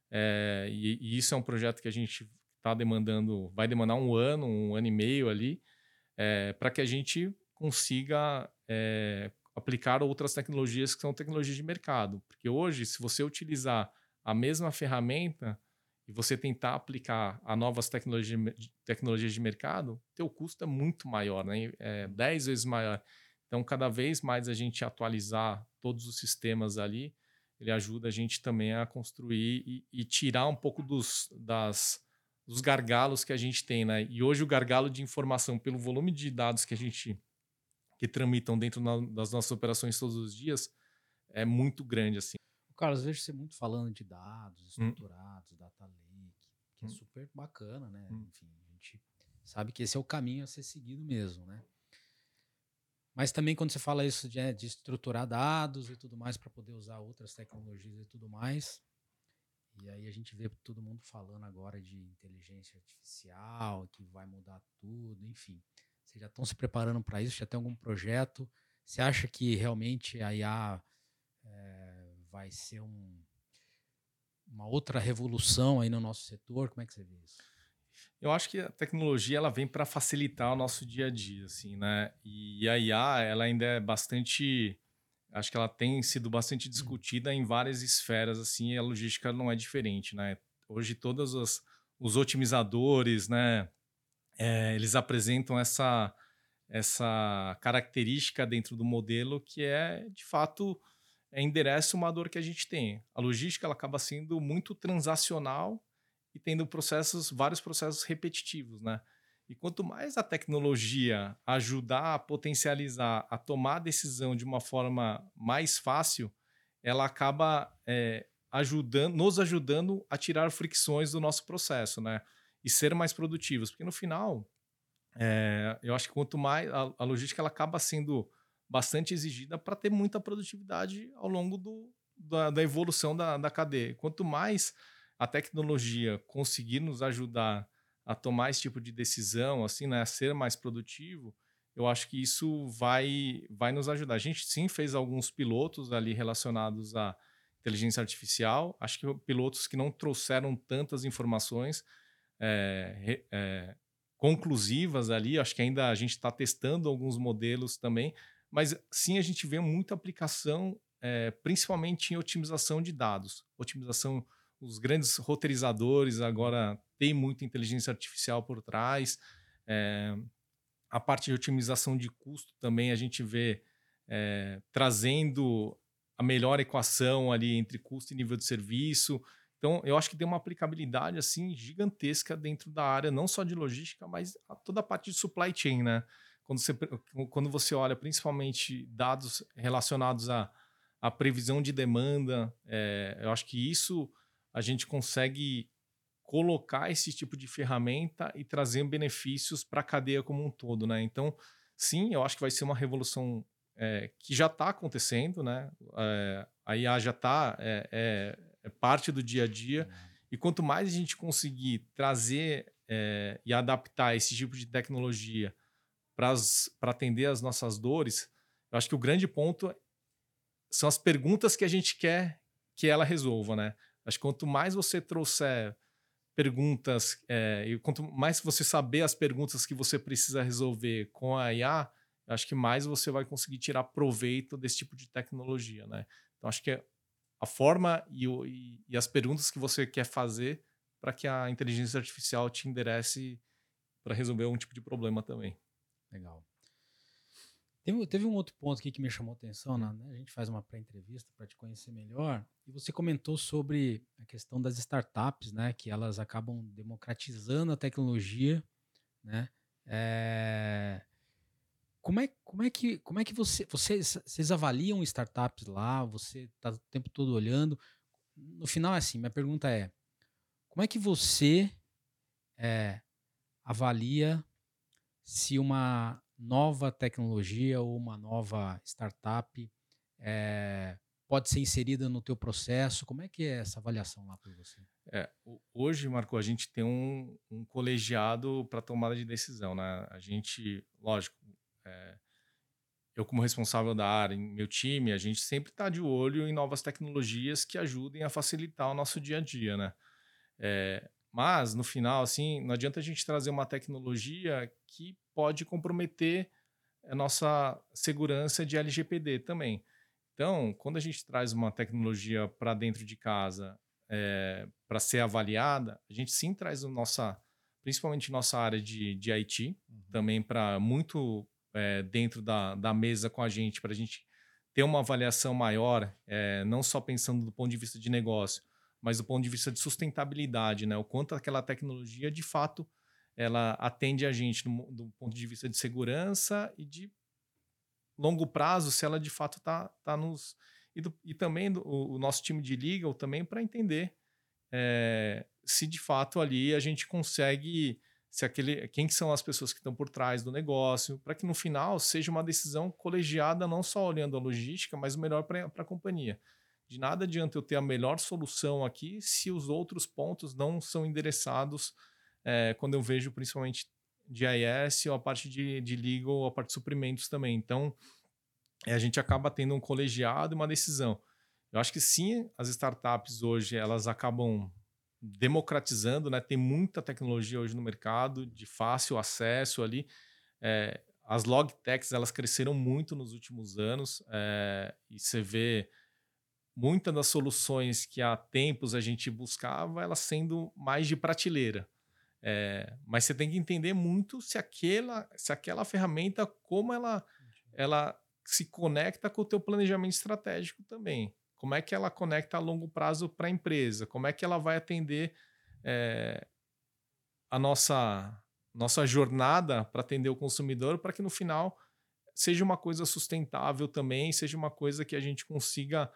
E isso é um projeto que a gente está demandando, vai demandar um ano e meio ali, para que a gente consiga aplicar outras tecnologias que são tecnologias de mercado. Porque hoje, se você utilizar a mesma ferramenta e você tentar aplicar a novas tecnologias de mercado, teu custo é muito maior, né? 10 vezes maior. Então, cada vez mais a gente atualizar todos os sistemas ali, ele ajuda a gente também a construir e tirar um pouco dos gargalos que a gente tem, né? E hoje o gargalo de informação, pelo volume de dados que tramitam dentro das nossas operações todos os dias, é muito grande, assim. Carlos, vejo você muito falando de dados estruturados, data lake, que é super bacana, né? Enfim, a gente sabe que esse é o caminho a ser seguido mesmo, né? Mas também quando você fala isso de estruturar dados e tudo mais para poder usar outras tecnologias e tudo mais, e aí a gente vê todo mundo falando agora de inteligência artificial, que vai mudar tudo, enfim. Vocês já estão se preparando para isso? Já tem algum projeto? Você acha que realmente a IA vai ser uma outra revolução aí no nosso setor? Como é que você vê isso? Eu acho que a tecnologia ela vem para facilitar o nosso dia a dia, assim, né? E a IA ela ainda é bastante, acho que ela tem sido bastante discutida em várias esferas, assim, e a logística não é diferente, né? Hoje todos os otimizadores, né? Eles apresentam essa característica dentro do modelo que de fato, endereça uma dor que a gente tem. A logística ela acaba sendo muito transacional e tendo vários processos repetitivos, né? E quanto mais a tecnologia ajudar a potencializar, a tomar a decisão de uma forma mais fácil, ela acaba nos ajudando a tirar fricções do nosso processo, né? E ser mais produtivos. Porque no final, eu acho que quanto mais a logística ela acaba sendo bastante exigida para ter muita produtividade ao longo da evolução da cadeia. Quanto mais a tecnologia conseguir nos ajudar a tomar esse tipo de decisão, assim, né, a ser mais produtivo, eu acho que isso vai nos ajudar. A gente sim fez alguns pilotos ali relacionados à inteligência artificial. Acho que pilotos que não trouxeram tantas informações conclusivas ali. Acho que ainda a gente está testando alguns modelos também, mas sim a gente vê muita aplicação, principalmente em otimização de dados. Otimização, os grandes roteirizadores agora têm muita inteligência artificial por trás. A parte de otimização de custo também a gente vê trazendo a melhor equação ali entre custo e nível de serviço. Então, eu acho que tem uma aplicabilidade assim gigantesca dentro da área, não só de logística, mas toda a parte de supply chain, né? Quando você olha principalmente dados relacionados à previsão de demanda, eu acho que isso a gente consegue colocar esse tipo de ferramenta e trazer benefícios para a cadeia como um todo, né? Então, sim, eu acho que vai ser uma revolução que já está acontecendo, né? A IA já está é parte do dia a dia. E quanto mais a gente conseguir trazer e adaptar esse tipo de tecnologia para atender as nossas dores, eu acho que o grande ponto são as perguntas que a gente quer que ela resolva, né? Acho que quanto mais você trouxer perguntas, e quanto mais você saber as perguntas que você precisa resolver com a IA, acho que mais você vai conseguir tirar proveito desse tipo de tecnologia, né? Então, acho que a forma e as perguntas que você quer fazer para que a inteligência artificial te enderece para resolver algum tipo de problema também. Legal. Teve um outro ponto aqui que me chamou a atenção, né? A gente faz uma pré-entrevista para te conhecer melhor, e você comentou sobre a questão das startups, né? Que elas acabam democratizando a tecnologia, né? Como é que vocês avaliam startups lá? Você está o tempo todo olhando. No final, é assim, minha pergunta é: como é que você avalia se uma nova tecnologia ou uma nova startup pode ser inserida no teu processo? Como é que é essa avaliação lá para você? Hoje, Marco, a gente tem um colegiado para tomada de decisão, né? A gente, lógico, eu como responsável da área, em meu time, a gente sempre está de olho em novas tecnologias que ajudem a facilitar o nosso dia a dia, né? Mas, no final, assim, não adianta a gente trazer uma tecnologia que pode comprometer a nossa segurança de LGPD também. Então, quando a gente traz uma tecnologia para dentro de casa para ser avaliada, a gente sim traz principalmente nossa área de IT, também para muito dentro da mesa com a gente, para a gente ter uma avaliação maior, não só pensando do ponto de vista de negócio, mas do ponto de vista de sustentabilidade, né? O quanto aquela tecnologia, de fato, ela atende a gente do ponto de vista de segurança e de longo prazo, se ela de fato tá nos... E também o nosso time de legal também para entender se de fato ali a gente consegue... quem que são as pessoas que estão por trás do negócio, para que no final seja uma decisão colegiada, não só olhando a logística, mas o melhor para a companhia. De nada adianta eu ter a melhor solução aqui se os outros pontos não são endereçados quando eu vejo principalmente de IS ou a parte de legal ou a parte de suprimentos também. Então, a gente acaba tendo um colegiado e uma decisão. Eu acho que sim, as startups hoje elas acabam democratizando, né? Tem muita tecnologia hoje no mercado de fácil acesso ali. As logtechs elas cresceram muito nos últimos anos e você vê muitas das soluções que há tempos a gente buscava, elas sendo mais de prateleira. Mas você tem que entender muito se aquela ferramenta, como ela se conecta com o teu planejamento estratégico também. Como é que ela conecta a longo prazo para a empresa? Como é que ela vai atender a nossa jornada para atender o consumidor, para que no final seja uma coisa sustentável também, seja uma coisa que a gente consiga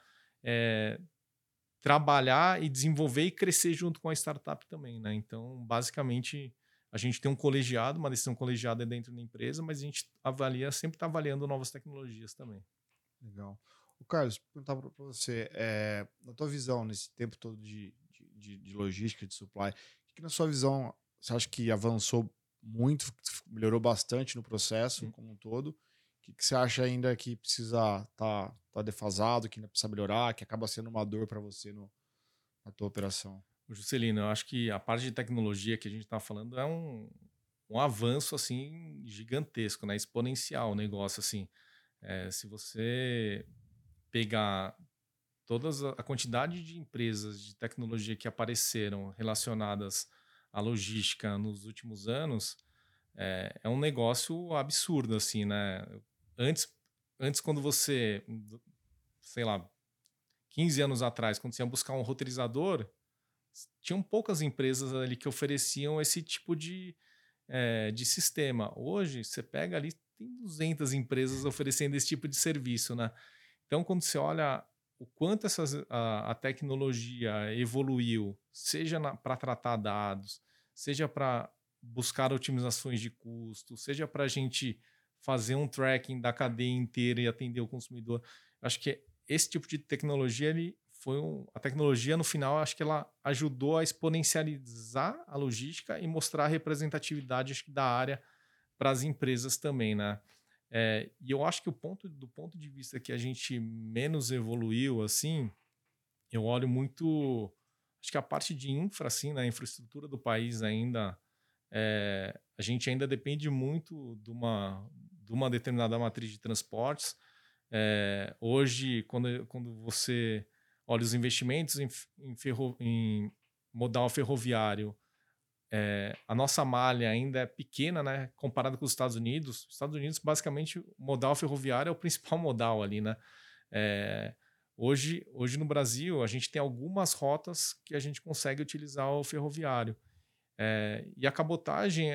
trabalhar e desenvolver e crescer junto com a startup também, né? Então, basicamente, a gente tem um colegiado, uma decisão colegiada dentro da empresa, mas a gente sempre está avaliando novas tecnologias também. Legal. O Carlos, perguntar para você, na tua visão, nesse tempo todo de logística, de supply, o que na sua visão você acha que avançou muito, melhorou bastante no processo como um todo? O que você acha ainda que precisa tá defasado, que ainda precisa melhorar, que acaba sendo uma dor para você na tua operação? Juscelino, eu acho que a parte de tecnologia que a gente está falando é um avanço assim gigantesco, né? Exponencial o negócio assim. Se você pegar a quantidade de empresas de tecnologia que apareceram relacionadas à logística nos últimos anos, é um negócio absurdo, assim, né? Antes quando você, sei lá, 15 anos atrás, quando você ia buscar um roteirizador, tinham poucas empresas ali que ofereciam esse tipo de sistema. Hoje, você pega ali, tem 200 empresas oferecendo esse tipo de serviço, né? Então, quando você olha o quanto a tecnologia evoluiu, seja para tratar dados, seja para buscar otimizações de custo, seja para a gente fazer um tracking da cadeia inteira e atender o consumidor, acho que esse tipo de tecnologia a tecnologia no final acho que ela ajudou a exponencializar a logística e mostrar a representatividade acho que, da área para as empresas também, né? E eu acho que do ponto de vista que a gente menos evoluiu, assim, eu olho muito, acho que a parte de infra, assim, na infraestrutura do país ainda, a gente ainda depende muito de uma determinada matriz de transportes. Hoje, quando você olha os investimentos em modal ferroviário, a nossa malha ainda é pequena, né, comparada com os Estados Unidos. Os Estados Unidos, basicamente, o modal ferroviário é o principal modal ali, né? Hoje no Brasil, a gente tem algumas rotas que a gente consegue utilizar o ferroviário. E a cabotagem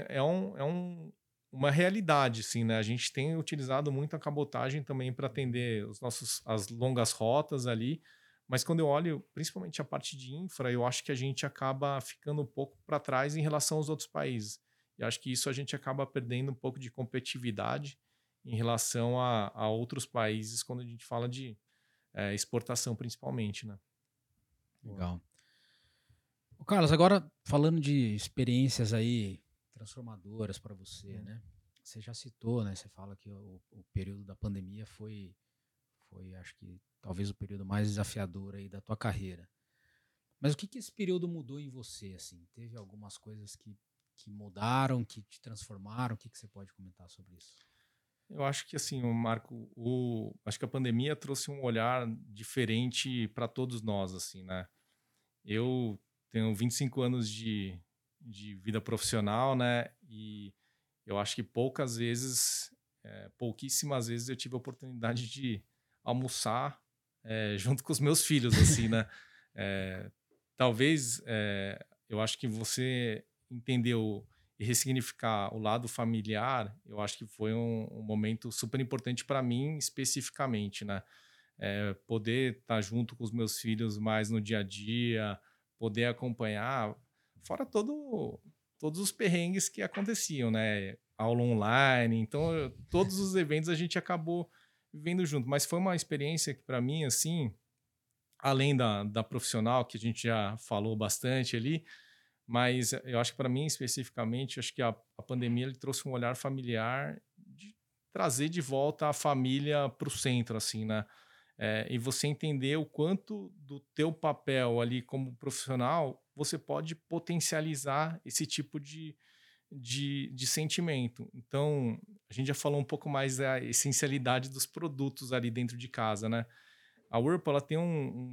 uma realidade, sim, né? A gente tem utilizado muito a cabotagem também para atender as longas rotas ali. Mas quando eu olho, principalmente a parte de infra, eu acho que a gente acaba ficando um pouco para trás em relação aos outros países. E acho que isso a gente acaba perdendo um pouco de competitividade em relação a outros países quando a gente fala de exportação principalmente, né? Legal. Ô, Carlos, agora falando de experiências aí transformadoras para você, né? Você já citou, né? Você fala que o período da pandemia foi, acho que, talvez o período mais desafiador aí da tua carreira. Mas o que esse período mudou em você, assim? Teve algumas coisas que mudaram, que te transformaram? O que você pode comentar sobre isso? Eu acho que assim, o Marco, acho que a pandemia trouxe um olhar diferente para todos nós, assim, né? Eu tenho 25 anos de vida profissional, né? E eu acho que pouquíssimas vezes eu tive a oportunidade de almoçar junto com os meus filhos, assim, né? Eh, talvez eu acho que você entendeu e ressignificar o lado familiar, eu acho que foi um momento super importante para mim especificamente, né? Poder estar junto com os meus filhos mais no dia a dia, poder acompanhar, fora todos os perrengues que aconteciam, né? Aula online, então todos os eventos a gente acabou vivendo junto, mas foi uma experiência que para mim, assim, além da profissional, que a gente já falou bastante ali, mas eu acho que para mim especificamente, acho que a pandemia ele trouxe um olhar familiar de trazer de volta a família para o centro, assim, né? E você entender o quanto do teu papel ali como profissional você pode potencializar esse tipo de sentimento. Então, a gente já falou um pouco mais da essencialidade dos produtos ali dentro de casa, né? A Whirlpool ela tem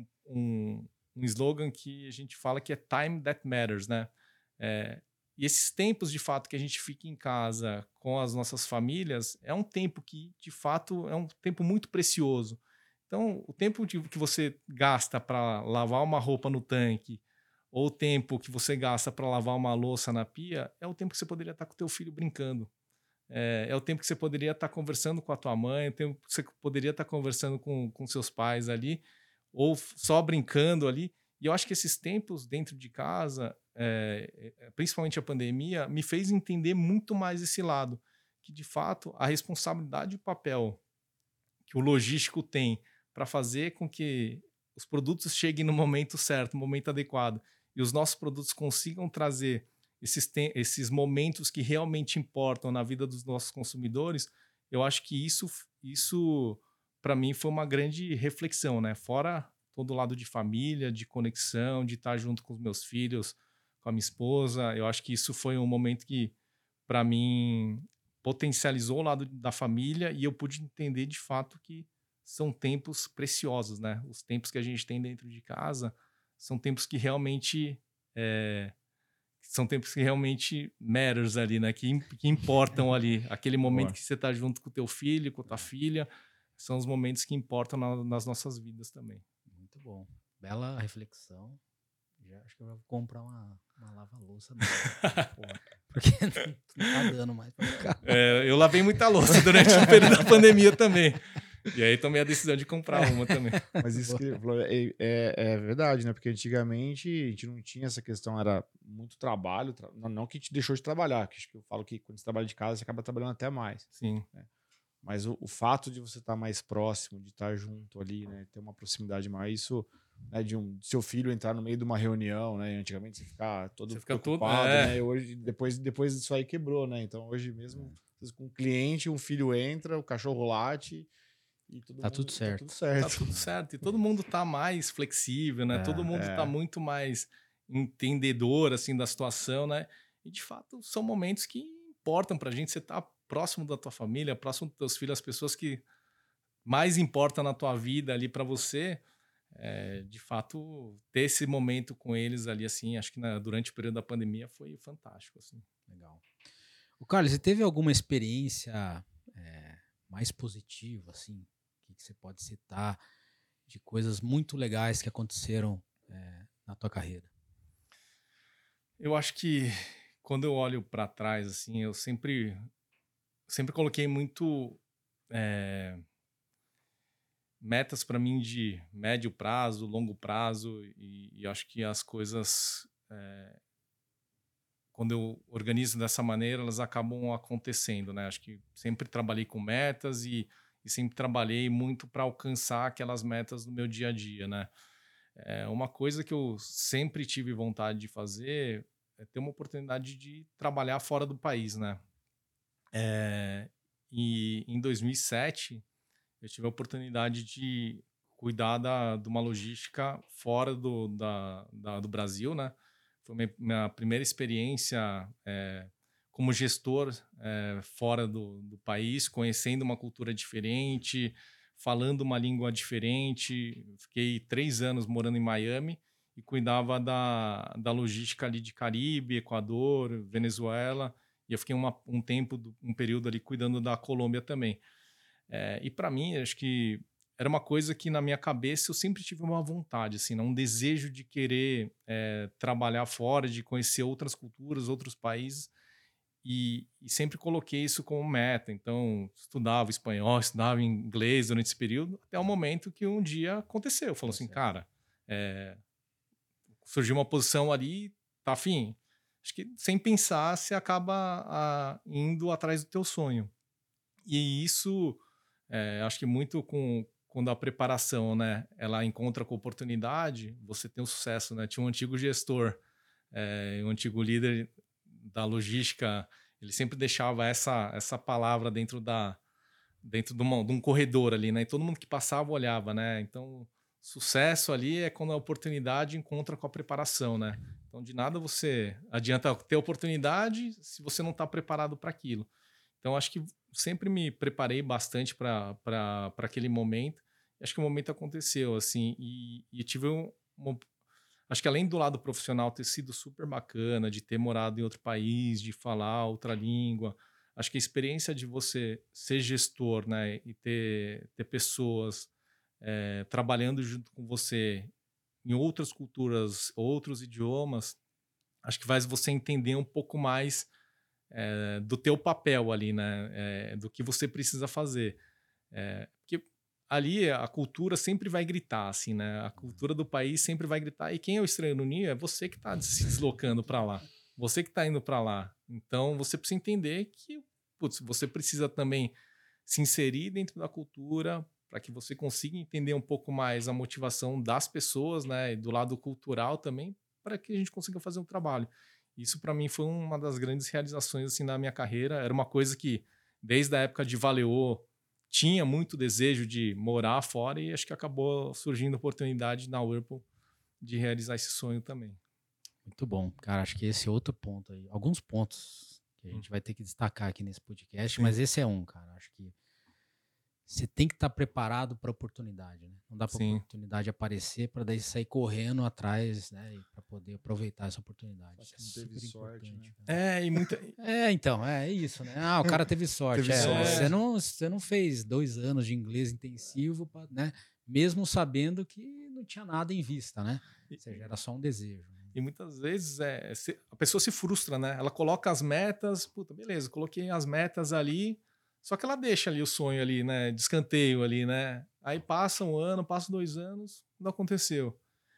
um slogan que a gente fala que é time that matters, né? E esses tempos, de fato, que a gente fica em casa com as nossas famílias, é um tempo que, de fato, é um tempo muito precioso. Então, o tempo que você gasta para lavar uma roupa no tanque, ou o tempo que você gasta para lavar uma louça na pia, é o tempo que você poderia estar com o teu filho brincando. É o tempo que você poderia estar conversando com a tua mãe, é o tempo que você poderia estar conversando com seus pais ali, ou só brincando ali. E eu acho que esses tempos dentro de casa, principalmente a pandemia, me fez entender muito mais esse lado, que de fato a responsabilidade e o papel que o logístico tem para fazer com que os produtos cheguem no momento certo, no momento adequado, e os nossos produtos consigam trazer esses momentos que realmente importam na vida dos nossos consumidores, eu acho que isso para mim foi uma grande reflexão, né? Fora todo o lado de família, de conexão, de estar junto com os meus filhos, com a minha esposa, eu acho que isso foi um momento que para mim potencializou o lado da família e eu pude entender de fato que são tempos preciosos, né? Os tempos que a gente tem dentro de casa são tempos que realmente são tempos que realmente matters ali, né? Que importam ali. Aquele momento que você está junto com o teu filho, com a tua filha, são os momentos que importam nas nossas vidas também. Muito bom. Bela reflexão. Já acho que eu vou comprar uma lava-louça porque não tá dando mais pra ficar. Eu lavei muita louça durante o período da pandemia também. E aí tomei a decisão de comprar uma também. Mas isso que ele falou é verdade, né? Porque antigamente a gente não tinha essa questão, era muito trabalho. Não que te deixou de trabalhar, que acho que eu falo que quando você trabalha de casa, você acaba trabalhando até mais. Sim. Né? Mas o fato de você estar mais próximo, de estar junto ali, né? Ter uma proximidade maior, isso, né? De seu filho entrar no meio de uma reunião, né? Antigamente você ficar todo preocupado, né? E hoje, depois disso aí quebrou, né? Então hoje mesmo, com um cliente, um filho entra, o cachorro late. E tá tudo certo. Tá tudo certo. E todo mundo tá mais flexível, né? Todo mundo tá muito mais entendedor, assim, da situação, né? E, de fato, são momentos que importam pra gente. Você tá próximo da tua família, próximo dos teus filhos, as pessoas que mais importam na tua vida ali pra você. De fato, ter esse momento com eles ali, assim, acho que durante o período da pandemia foi fantástico, assim. Legal. O Carlos, você teve alguma experiência mais positiva, assim, que você pode citar de coisas muito legais que aconteceram na tua carreira? Eu acho que quando eu olho para trás, assim, eu sempre coloquei muito metas para mim de médio prazo, longo prazo, e acho que as coisas quando eu organizo dessa maneira, elas acabam acontecendo, né? Acho que sempre trabalhei com metas e sempre trabalhei muito para alcançar aquelas metas no meu dia a dia, né? Uma coisa que eu sempre tive vontade de fazer é ter uma oportunidade de trabalhar fora do país, né? E em 2007, eu tive a oportunidade de cuidar de uma logística fora do Brasil, né? Foi minha primeira experiência como gestor fora do país, conhecendo uma cultura diferente, falando uma língua diferente. Fiquei 3 anos morando em Miami e cuidava da logística ali de Caribe, Equador, Venezuela. E eu fiquei um período ali cuidando da Colômbia também. E para mim, acho que era uma coisa que na minha cabeça eu sempre tive uma vontade, assim, né? Um desejo de querer trabalhar fora, de conhecer outras culturas, outros países. E sempre coloquei isso como meta. Então, estudava espanhol, estudava inglês durante esse período, até o momento que um dia aconteceu. Falou assim, cara, surgiu uma posição ali, tá afim? Acho que sem pensar, você acaba indo atrás do teu sonho. E isso, acho que muito quando a preparação, né, ela encontra com oportunidade, você tem um sucesso, né? Tinha um antigo gestor, um antigo líder da logística, ele sempre deixava essa palavra dentro de um corredor ali, né? E todo mundo que passava olhava, né? Então, sucesso ali é quando a oportunidade encontra com a preparação, né? Então, de nada você adianta ter oportunidade se você não está preparado para aquilo. Então, acho que sempre me preparei bastante para aquele momento. Acho que o momento aconteceu, assim, e tive acho que além do lado profissional ter sido super bacana, de ter morado em outro país, de falar outra língua, acho que a experiência de você ser gestor, né, e ter pessoas trabalhando junto com você em outras culturas, outros idiomas, acho que faz você entender um pouco mais do teu papel ali, né, do que você precisa fazer. Porque ali a cultura sempre vai gritar, assim, né? A cultura do país sempre vai gritar. E quem é o estranho no ninho é você que está se deslocando para lá. Você que está indo para lá. Então, você precisa entender que você precisa também se inserir dentro da cultura para que você consiga entender um pouco mais a motivação das pessoas, né? E do lado cultural também, para que a gente consiga fazer um trabalho. Isso, para mim, foi uma das grandes realizações assim, na minha carreira. Era uma coisa que, desde a época de Valeô, tinha muito desejo de morar fora e acho que acabou surgindo a oportunidade na Whirlpool de realizar esse sonho também. Muito bom. Cara, acho que esse é outro ponto aí. Alguns pontos que a gente vai ter que destacar aqui nesse podcast, mas esse é um, cara. Acho que você tem que estar preparado para a oportunidade, né? Não dá para a oportunidade aparecer para daí sair correndo atrás, né? para poder aproveitar essa oportunidade. Só que não teve sorte, né? Então, é isso, né? O cara teve sorte. Você não fez 2 anos de inglês intensivo, né? Mesmo sabendo que não tinha nada em vista, né? Ou seja, era só um desejo. Né? E muitas vezes a pessoa se frustra, né? Ela coloca as metas, puta, beleza, coloquei as metas ali, só que ela deixa ali o sonho ali, né? De escanteio ali, né? Aí passa 1 ano, passa 2 anos, não aconteceu.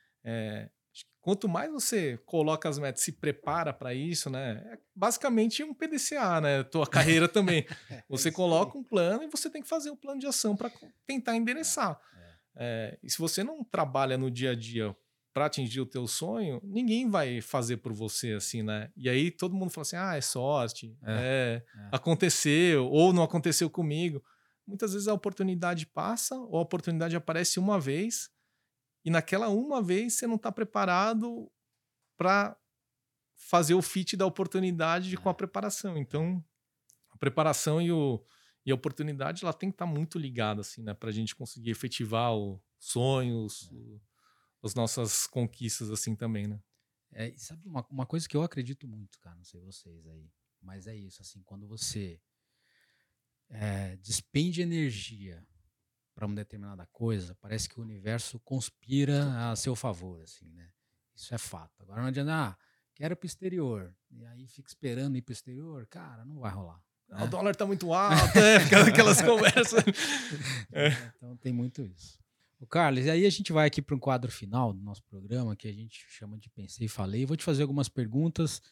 Quanto mais você coloca as metas, se prepara para isso, né? É basicamente um PDCA, né? Tua carreira também. Você coloca um plano e você tem que fazer um plano de ação para tentar endereçar. E se você não trabalha no dia a dia para atingir o teu sonho, ninguém vai fazer por você assim, né? E aí todo mundo fala assim, é sorte, aconteceu ou não aconteceu comigo. Muitas vezes a oportunidade passa ou a oportunidade aparece uma vez e naquela uma vez você não está preparado para fazer o fit da oportunidade com a preparação. Então, a preparação e a oportunidade ela tem que estar muito ligada assim, né? Para a gente conseguir efetivar os sonhos, as nossas conquistas assim também, né? E sabe uma coisa que eu acredito muito, cara, não sei vocês aí, mas é isso, assim, quando você despende energia para uma determinada coisa, parece que o universo conspira a seu favor, assim, né? Isso é fato. Agora não adianta, quero ir pro exterior, e aí fica esperando ir pro exterior, cara, não vai rolar. Né? O dólar tá muito alto, fica aquelas conversas. Então tem muito isso. O Carlos, e aí a gente vai aqui para um quadro final do nosso programa, que a gente chama de Pensei e Falei. Eu vou te fazer algumas perguntas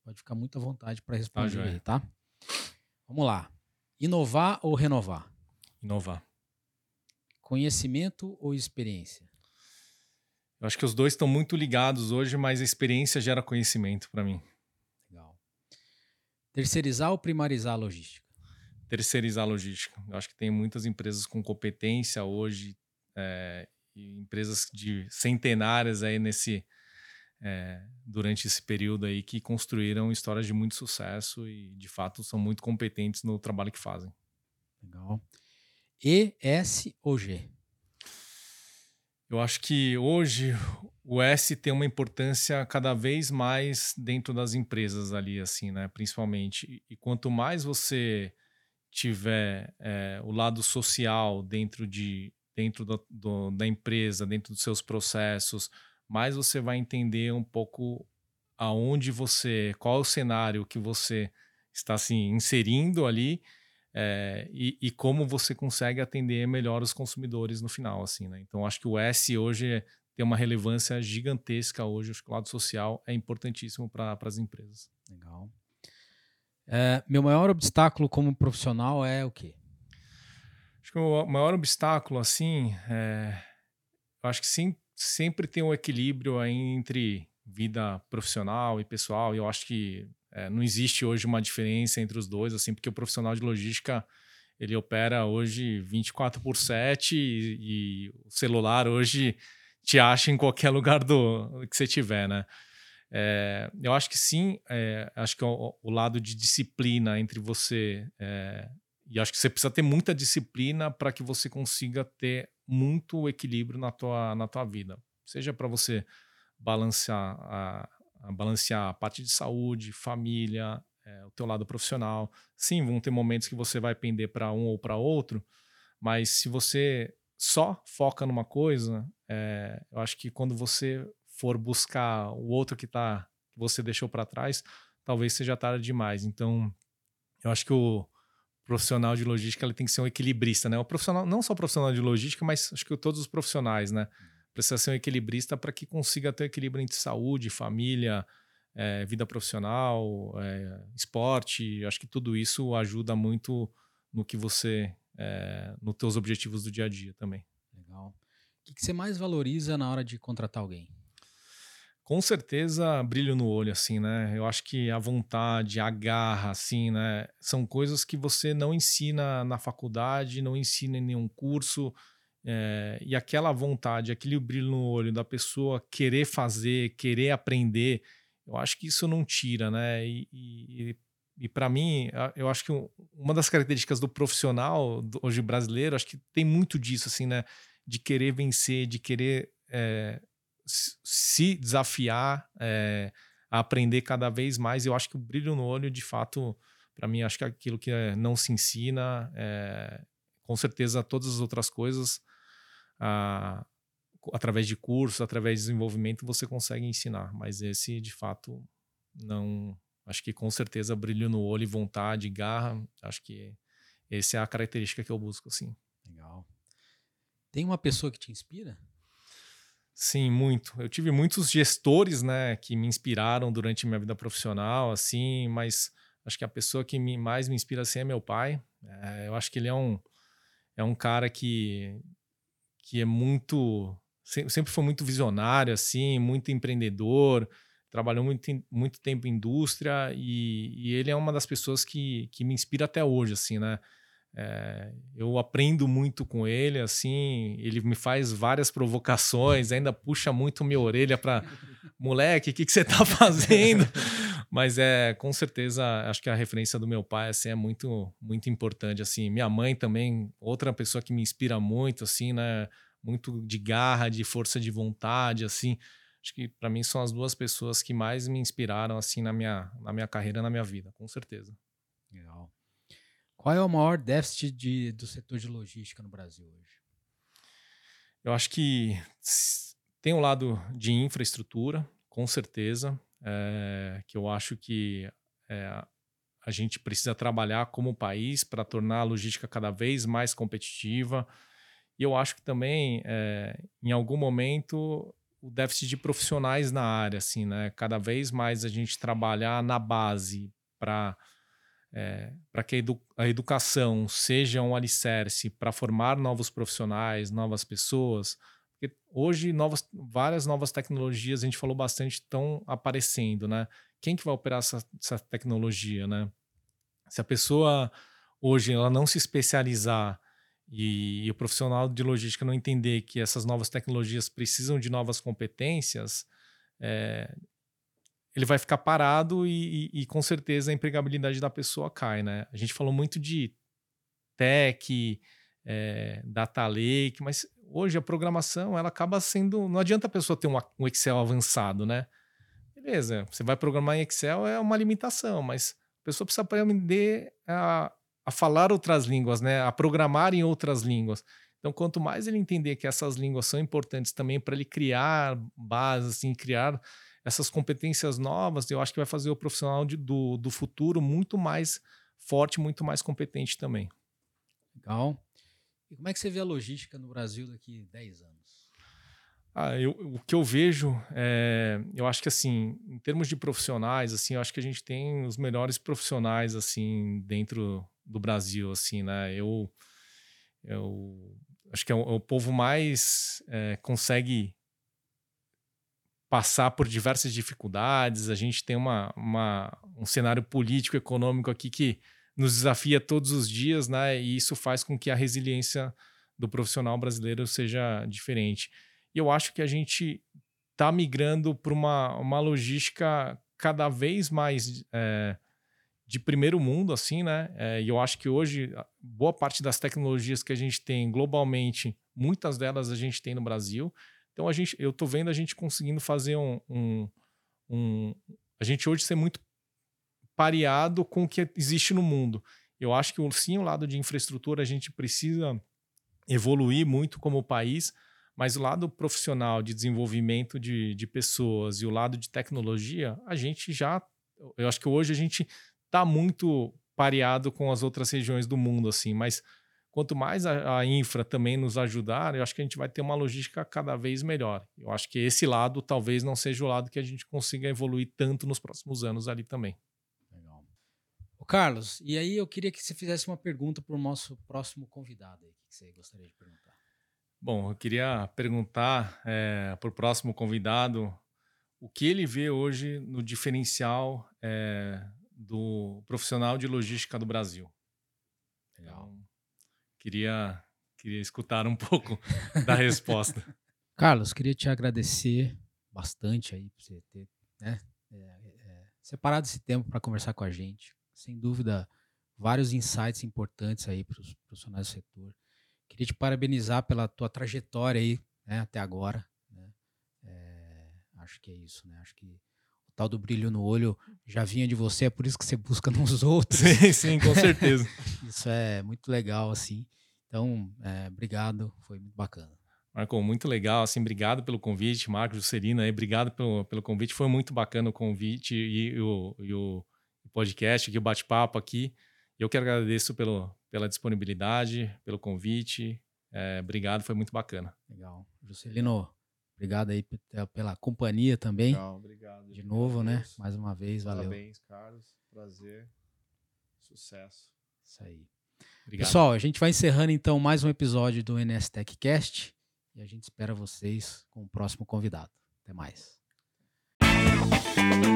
Pode ficar muito à vontade para responder joia. aí, tá? Vamos lá. Inovar ou renovar? Inovar. Conhecimento ou experiência? Eu acho que os dois estão muito ligados hoje, mas a experiência gera conhecimento para mim. Legal. Terceirizar ou primarizar a logística? Terceirizar a logística. Eu acho que tem muitas empresas com competência hoje, e empresas de centenárias aí durante esse período aí que construíram histórias de muito sucesso e de fato são muito competentes no trabalho que fazem. Legal. E, S ou G? Eu acho que hoje o S tem uma importância cada vez mais dentro das empresas ali, assim, né? Principalmente. E quanto mais você tiver o lado social dentro da empresa, dentro dos seus processos, mais você vai entender um pouco qual é o cenário que você está se inserindo ali, e como você consegue atender melhor os consumidores no final, assim, né? Então, acho que o S hoje tem uma relevância gigantesca hoje. Acho que o lado social é importantíssimo para as empresas. Legal. Meu maior obstáculo como profissional é o quê? Acho que o maior obstáculo, assim, eu acho que sempre tem um equilíbrio aí entre vida profissional e pessoal. E eu acho que não existe hoje uma diferença entre os dois, assim, porque o profissional de logística ele opera hoje 24/7 e o celular hoje te acha em qualquer lugar que você tiver, né? Eu acho que sim, acho que o lado de disciplina entre você. E acho que você precisa ter muita disciplina para que você consiga ter muito equilíbrio na tua vida. Seja para você balancear a parte de saúde, família, o teu lado profissional. Sim, vão ter momentos que você vai pender para um ou para outro, mas se você só foca numa coisa, eu acho que quando você for buscar o outro que você deixou para trás, talvez seja tarde demais. Então, eu acho que o profissional de logística ele tem que ser um equilibrista, né? O profissional, não só o profissional de logística, mas acho que todos os profissionais, né? Precisa ser um equilibrista para que consiga ter equilíbrio entre saúde, família, vida profissional, esporte. Acho que tudo isso ajuda muito no que você, nos teus objetivos do dia a dia também. Legal. O que você mais valoriza na hora de contratar alguém? Com certeza, brilho no olho, assim, né? Eu acho que a vontade, a garra, assim, né? São coisas que você não ensina na faculdade, não ensina em nenhum curso. E aquela vontade, aquele brilho no olho da pessoa querer fazer, querer aprender, eu acho que isso não tira, né? E para mim, eu acho que uma das características do profissional hoje brasileiro, acho que tem muito disso, assim, né? De querer vencer, de querer se desafiar, a aprender cada vez mais. Eu acho que o brilho no olho, de fato, para mim, acho que é aquilo que não se ensina. Com certeza, todas as outras coisas, através de cursos, através de desenvolvimento, você consegue ensinar. Mas esse, de fato, não. Acho que com certeza brilho no olho, vontade, garra. Acho que essa é a característica que eu busco, assim. Legal. Tem uma pessoa que te inspira? Sim, muito. Eu tive muitos gestores, né, que me inspiraram durante minha vida profissional, assim, mas acho que a pessoa que mais me inspira assim é meu pai. Eu acho que ele é um cara que é muito, sempre foi muito visionário, assim, muito empreendedor, trabalhou muito tempo em indústria e ele é uma das pessoas que me inspira até hoje, assim, né? Eu aprendo muito com ele, assim, ele me faz várias provocações, ainda puxa muito minha orelha para moleque, o que você tá fazendo? Mas com certeza, acho que a referência do meu pai assim, é muito, muito importante, assim. Minha mãe também, outra pessoa que me inspira muito, assim, né? Muito de garra, de força de vontade, assim. Acho que para mim são as duas pessoas que mais me inspiraram, assim, na minha carreira, na minha vida, com certeza. Legal. Qual é o maior déficit do setor de logística no Brasil hoje? Eu acho que tem um lado de infraestrutura, com certeza, que eu acho que a gente precisa trabalhar como país para tornar a logística cada vez mais competitiva. E eu acho que também, em algum momento, o déficit de profissionais na área, assim, né? Cada vez mais a gente trabalhar na base para que a educação seja um alicerce para formar novos profissionais, novas pessoas. Porque hoje várias novas tecnologias, a gente falou bastante, estão aparecendo, né? Quem que vai operar essa tecnologia, né? Se a pessoa hoje ela não se especializar e o profissional de logística não entender que essas novas tecnologias precisam de novas competências, ele vai ficar parado e com certeza a empregabilidade da pessoa cai, né? A gente falou muito de tech, data lake, mas hoje a programação ela acaba sendo... Não adianta a pessoa ter um Excel avançado, né? Beleza, você vai programar em Excel é uma limitação, mas a pessoa precisa aprender a falar outras línguas, né? A programar em outras línguas. Então, quanto mais ele entender que essas línguas são importantes também para ele criar bases, assim, criar essas competências novas, eu acho que vai fazer o profissional do futuro muito mais forte, muito mais competente também. Legal. E como é que você vê a logística no Brasil daqui a 10 anos? O que eu vejo, eu acho que assim, em termos de profissionais, assim, eu acho que a gente tem os melhores profissionais assim dentro do Brasil, assim, né? Eu acho que é o povo mais consegue passar por diversas dificuldades. A gente tem um cenário político, econômico aqui que nos desafia todos os dias, né? E isso faz com que a resiliência do profissional brasileiro seja diferente. E eu acho que a gente está migrando para uma logística cada vez mais de primeiro mundo, assim, né? E eu acho que hoje, boa parte das tecnologias que a gente tem globalmente, muitas delas a gente tem no Brasil. Então, eu estou vendo a gente conseguindo fazer a gente hoje ser muito pareado com o que existe no mundo. Eu acho que sim, o lado de infraestrutura a gente precisa evoluir muito como país, mas o lado profissional de desenvolvimento de pessoas e o lado de tecnologia, eu acho que hoje a gente está muito pareado com as outras regiões do mundo, assim, mas quanto mais a infra também nos ajudar, eu acho que a gente vai ter uma logística cada vez melhor. Eu acho que esse lado talvez não seja o lado que a gente consiga evoluir tanto nos próximos anos ali também. Legal. Ô Carlos, e aí eu queria que você fizesse uma pergunta para o nosso próximo convidado aí. O que você gostaria de perguntar? Bom, eu queria perguntar para o próximo convidado o que ele vê hoje no diferencial do profissional de logística do Brasil. Legal. Então, queria escutar um pouco da resposta. Carlos, queria te agradecer bastante aí por você ter separado esse tempo para conversar com a gente. Sem dúvida, vários insights importantes aí para os profissionais do setor. Queria te parabenizar pela tua trajetória aí, né, até agora. Né? Acho que é isso, né? Acho que o tal do brilho no olho já vinha de você, é por isso que você busca nos outros. Sim, com certeza. Isso é muito legal, assim. Então, obrigado, foi muito bacana. Marco, muito legal, assim, obrigado pelo convite, Marco Juscelino, obrigado pelo convite, foi muito bacana o convite e o podcast, aqui, o bate-papo aqui. Eu que agradeço pela disponibilidade, pelo convite, obrigado, foi muito bacana. Legal. Juscelino, obrigado aí pela companhia também. Legal, obrigado. De novo, né? Mais uma vez, valeu. Parabéns, Carlos, prazer, sucesso. Isso aí. Obrigado. Pessoal, a gente vai encerrando então mais um episódio do NS TechCast e a gente espera vocês com o próximo convidado. Até mais.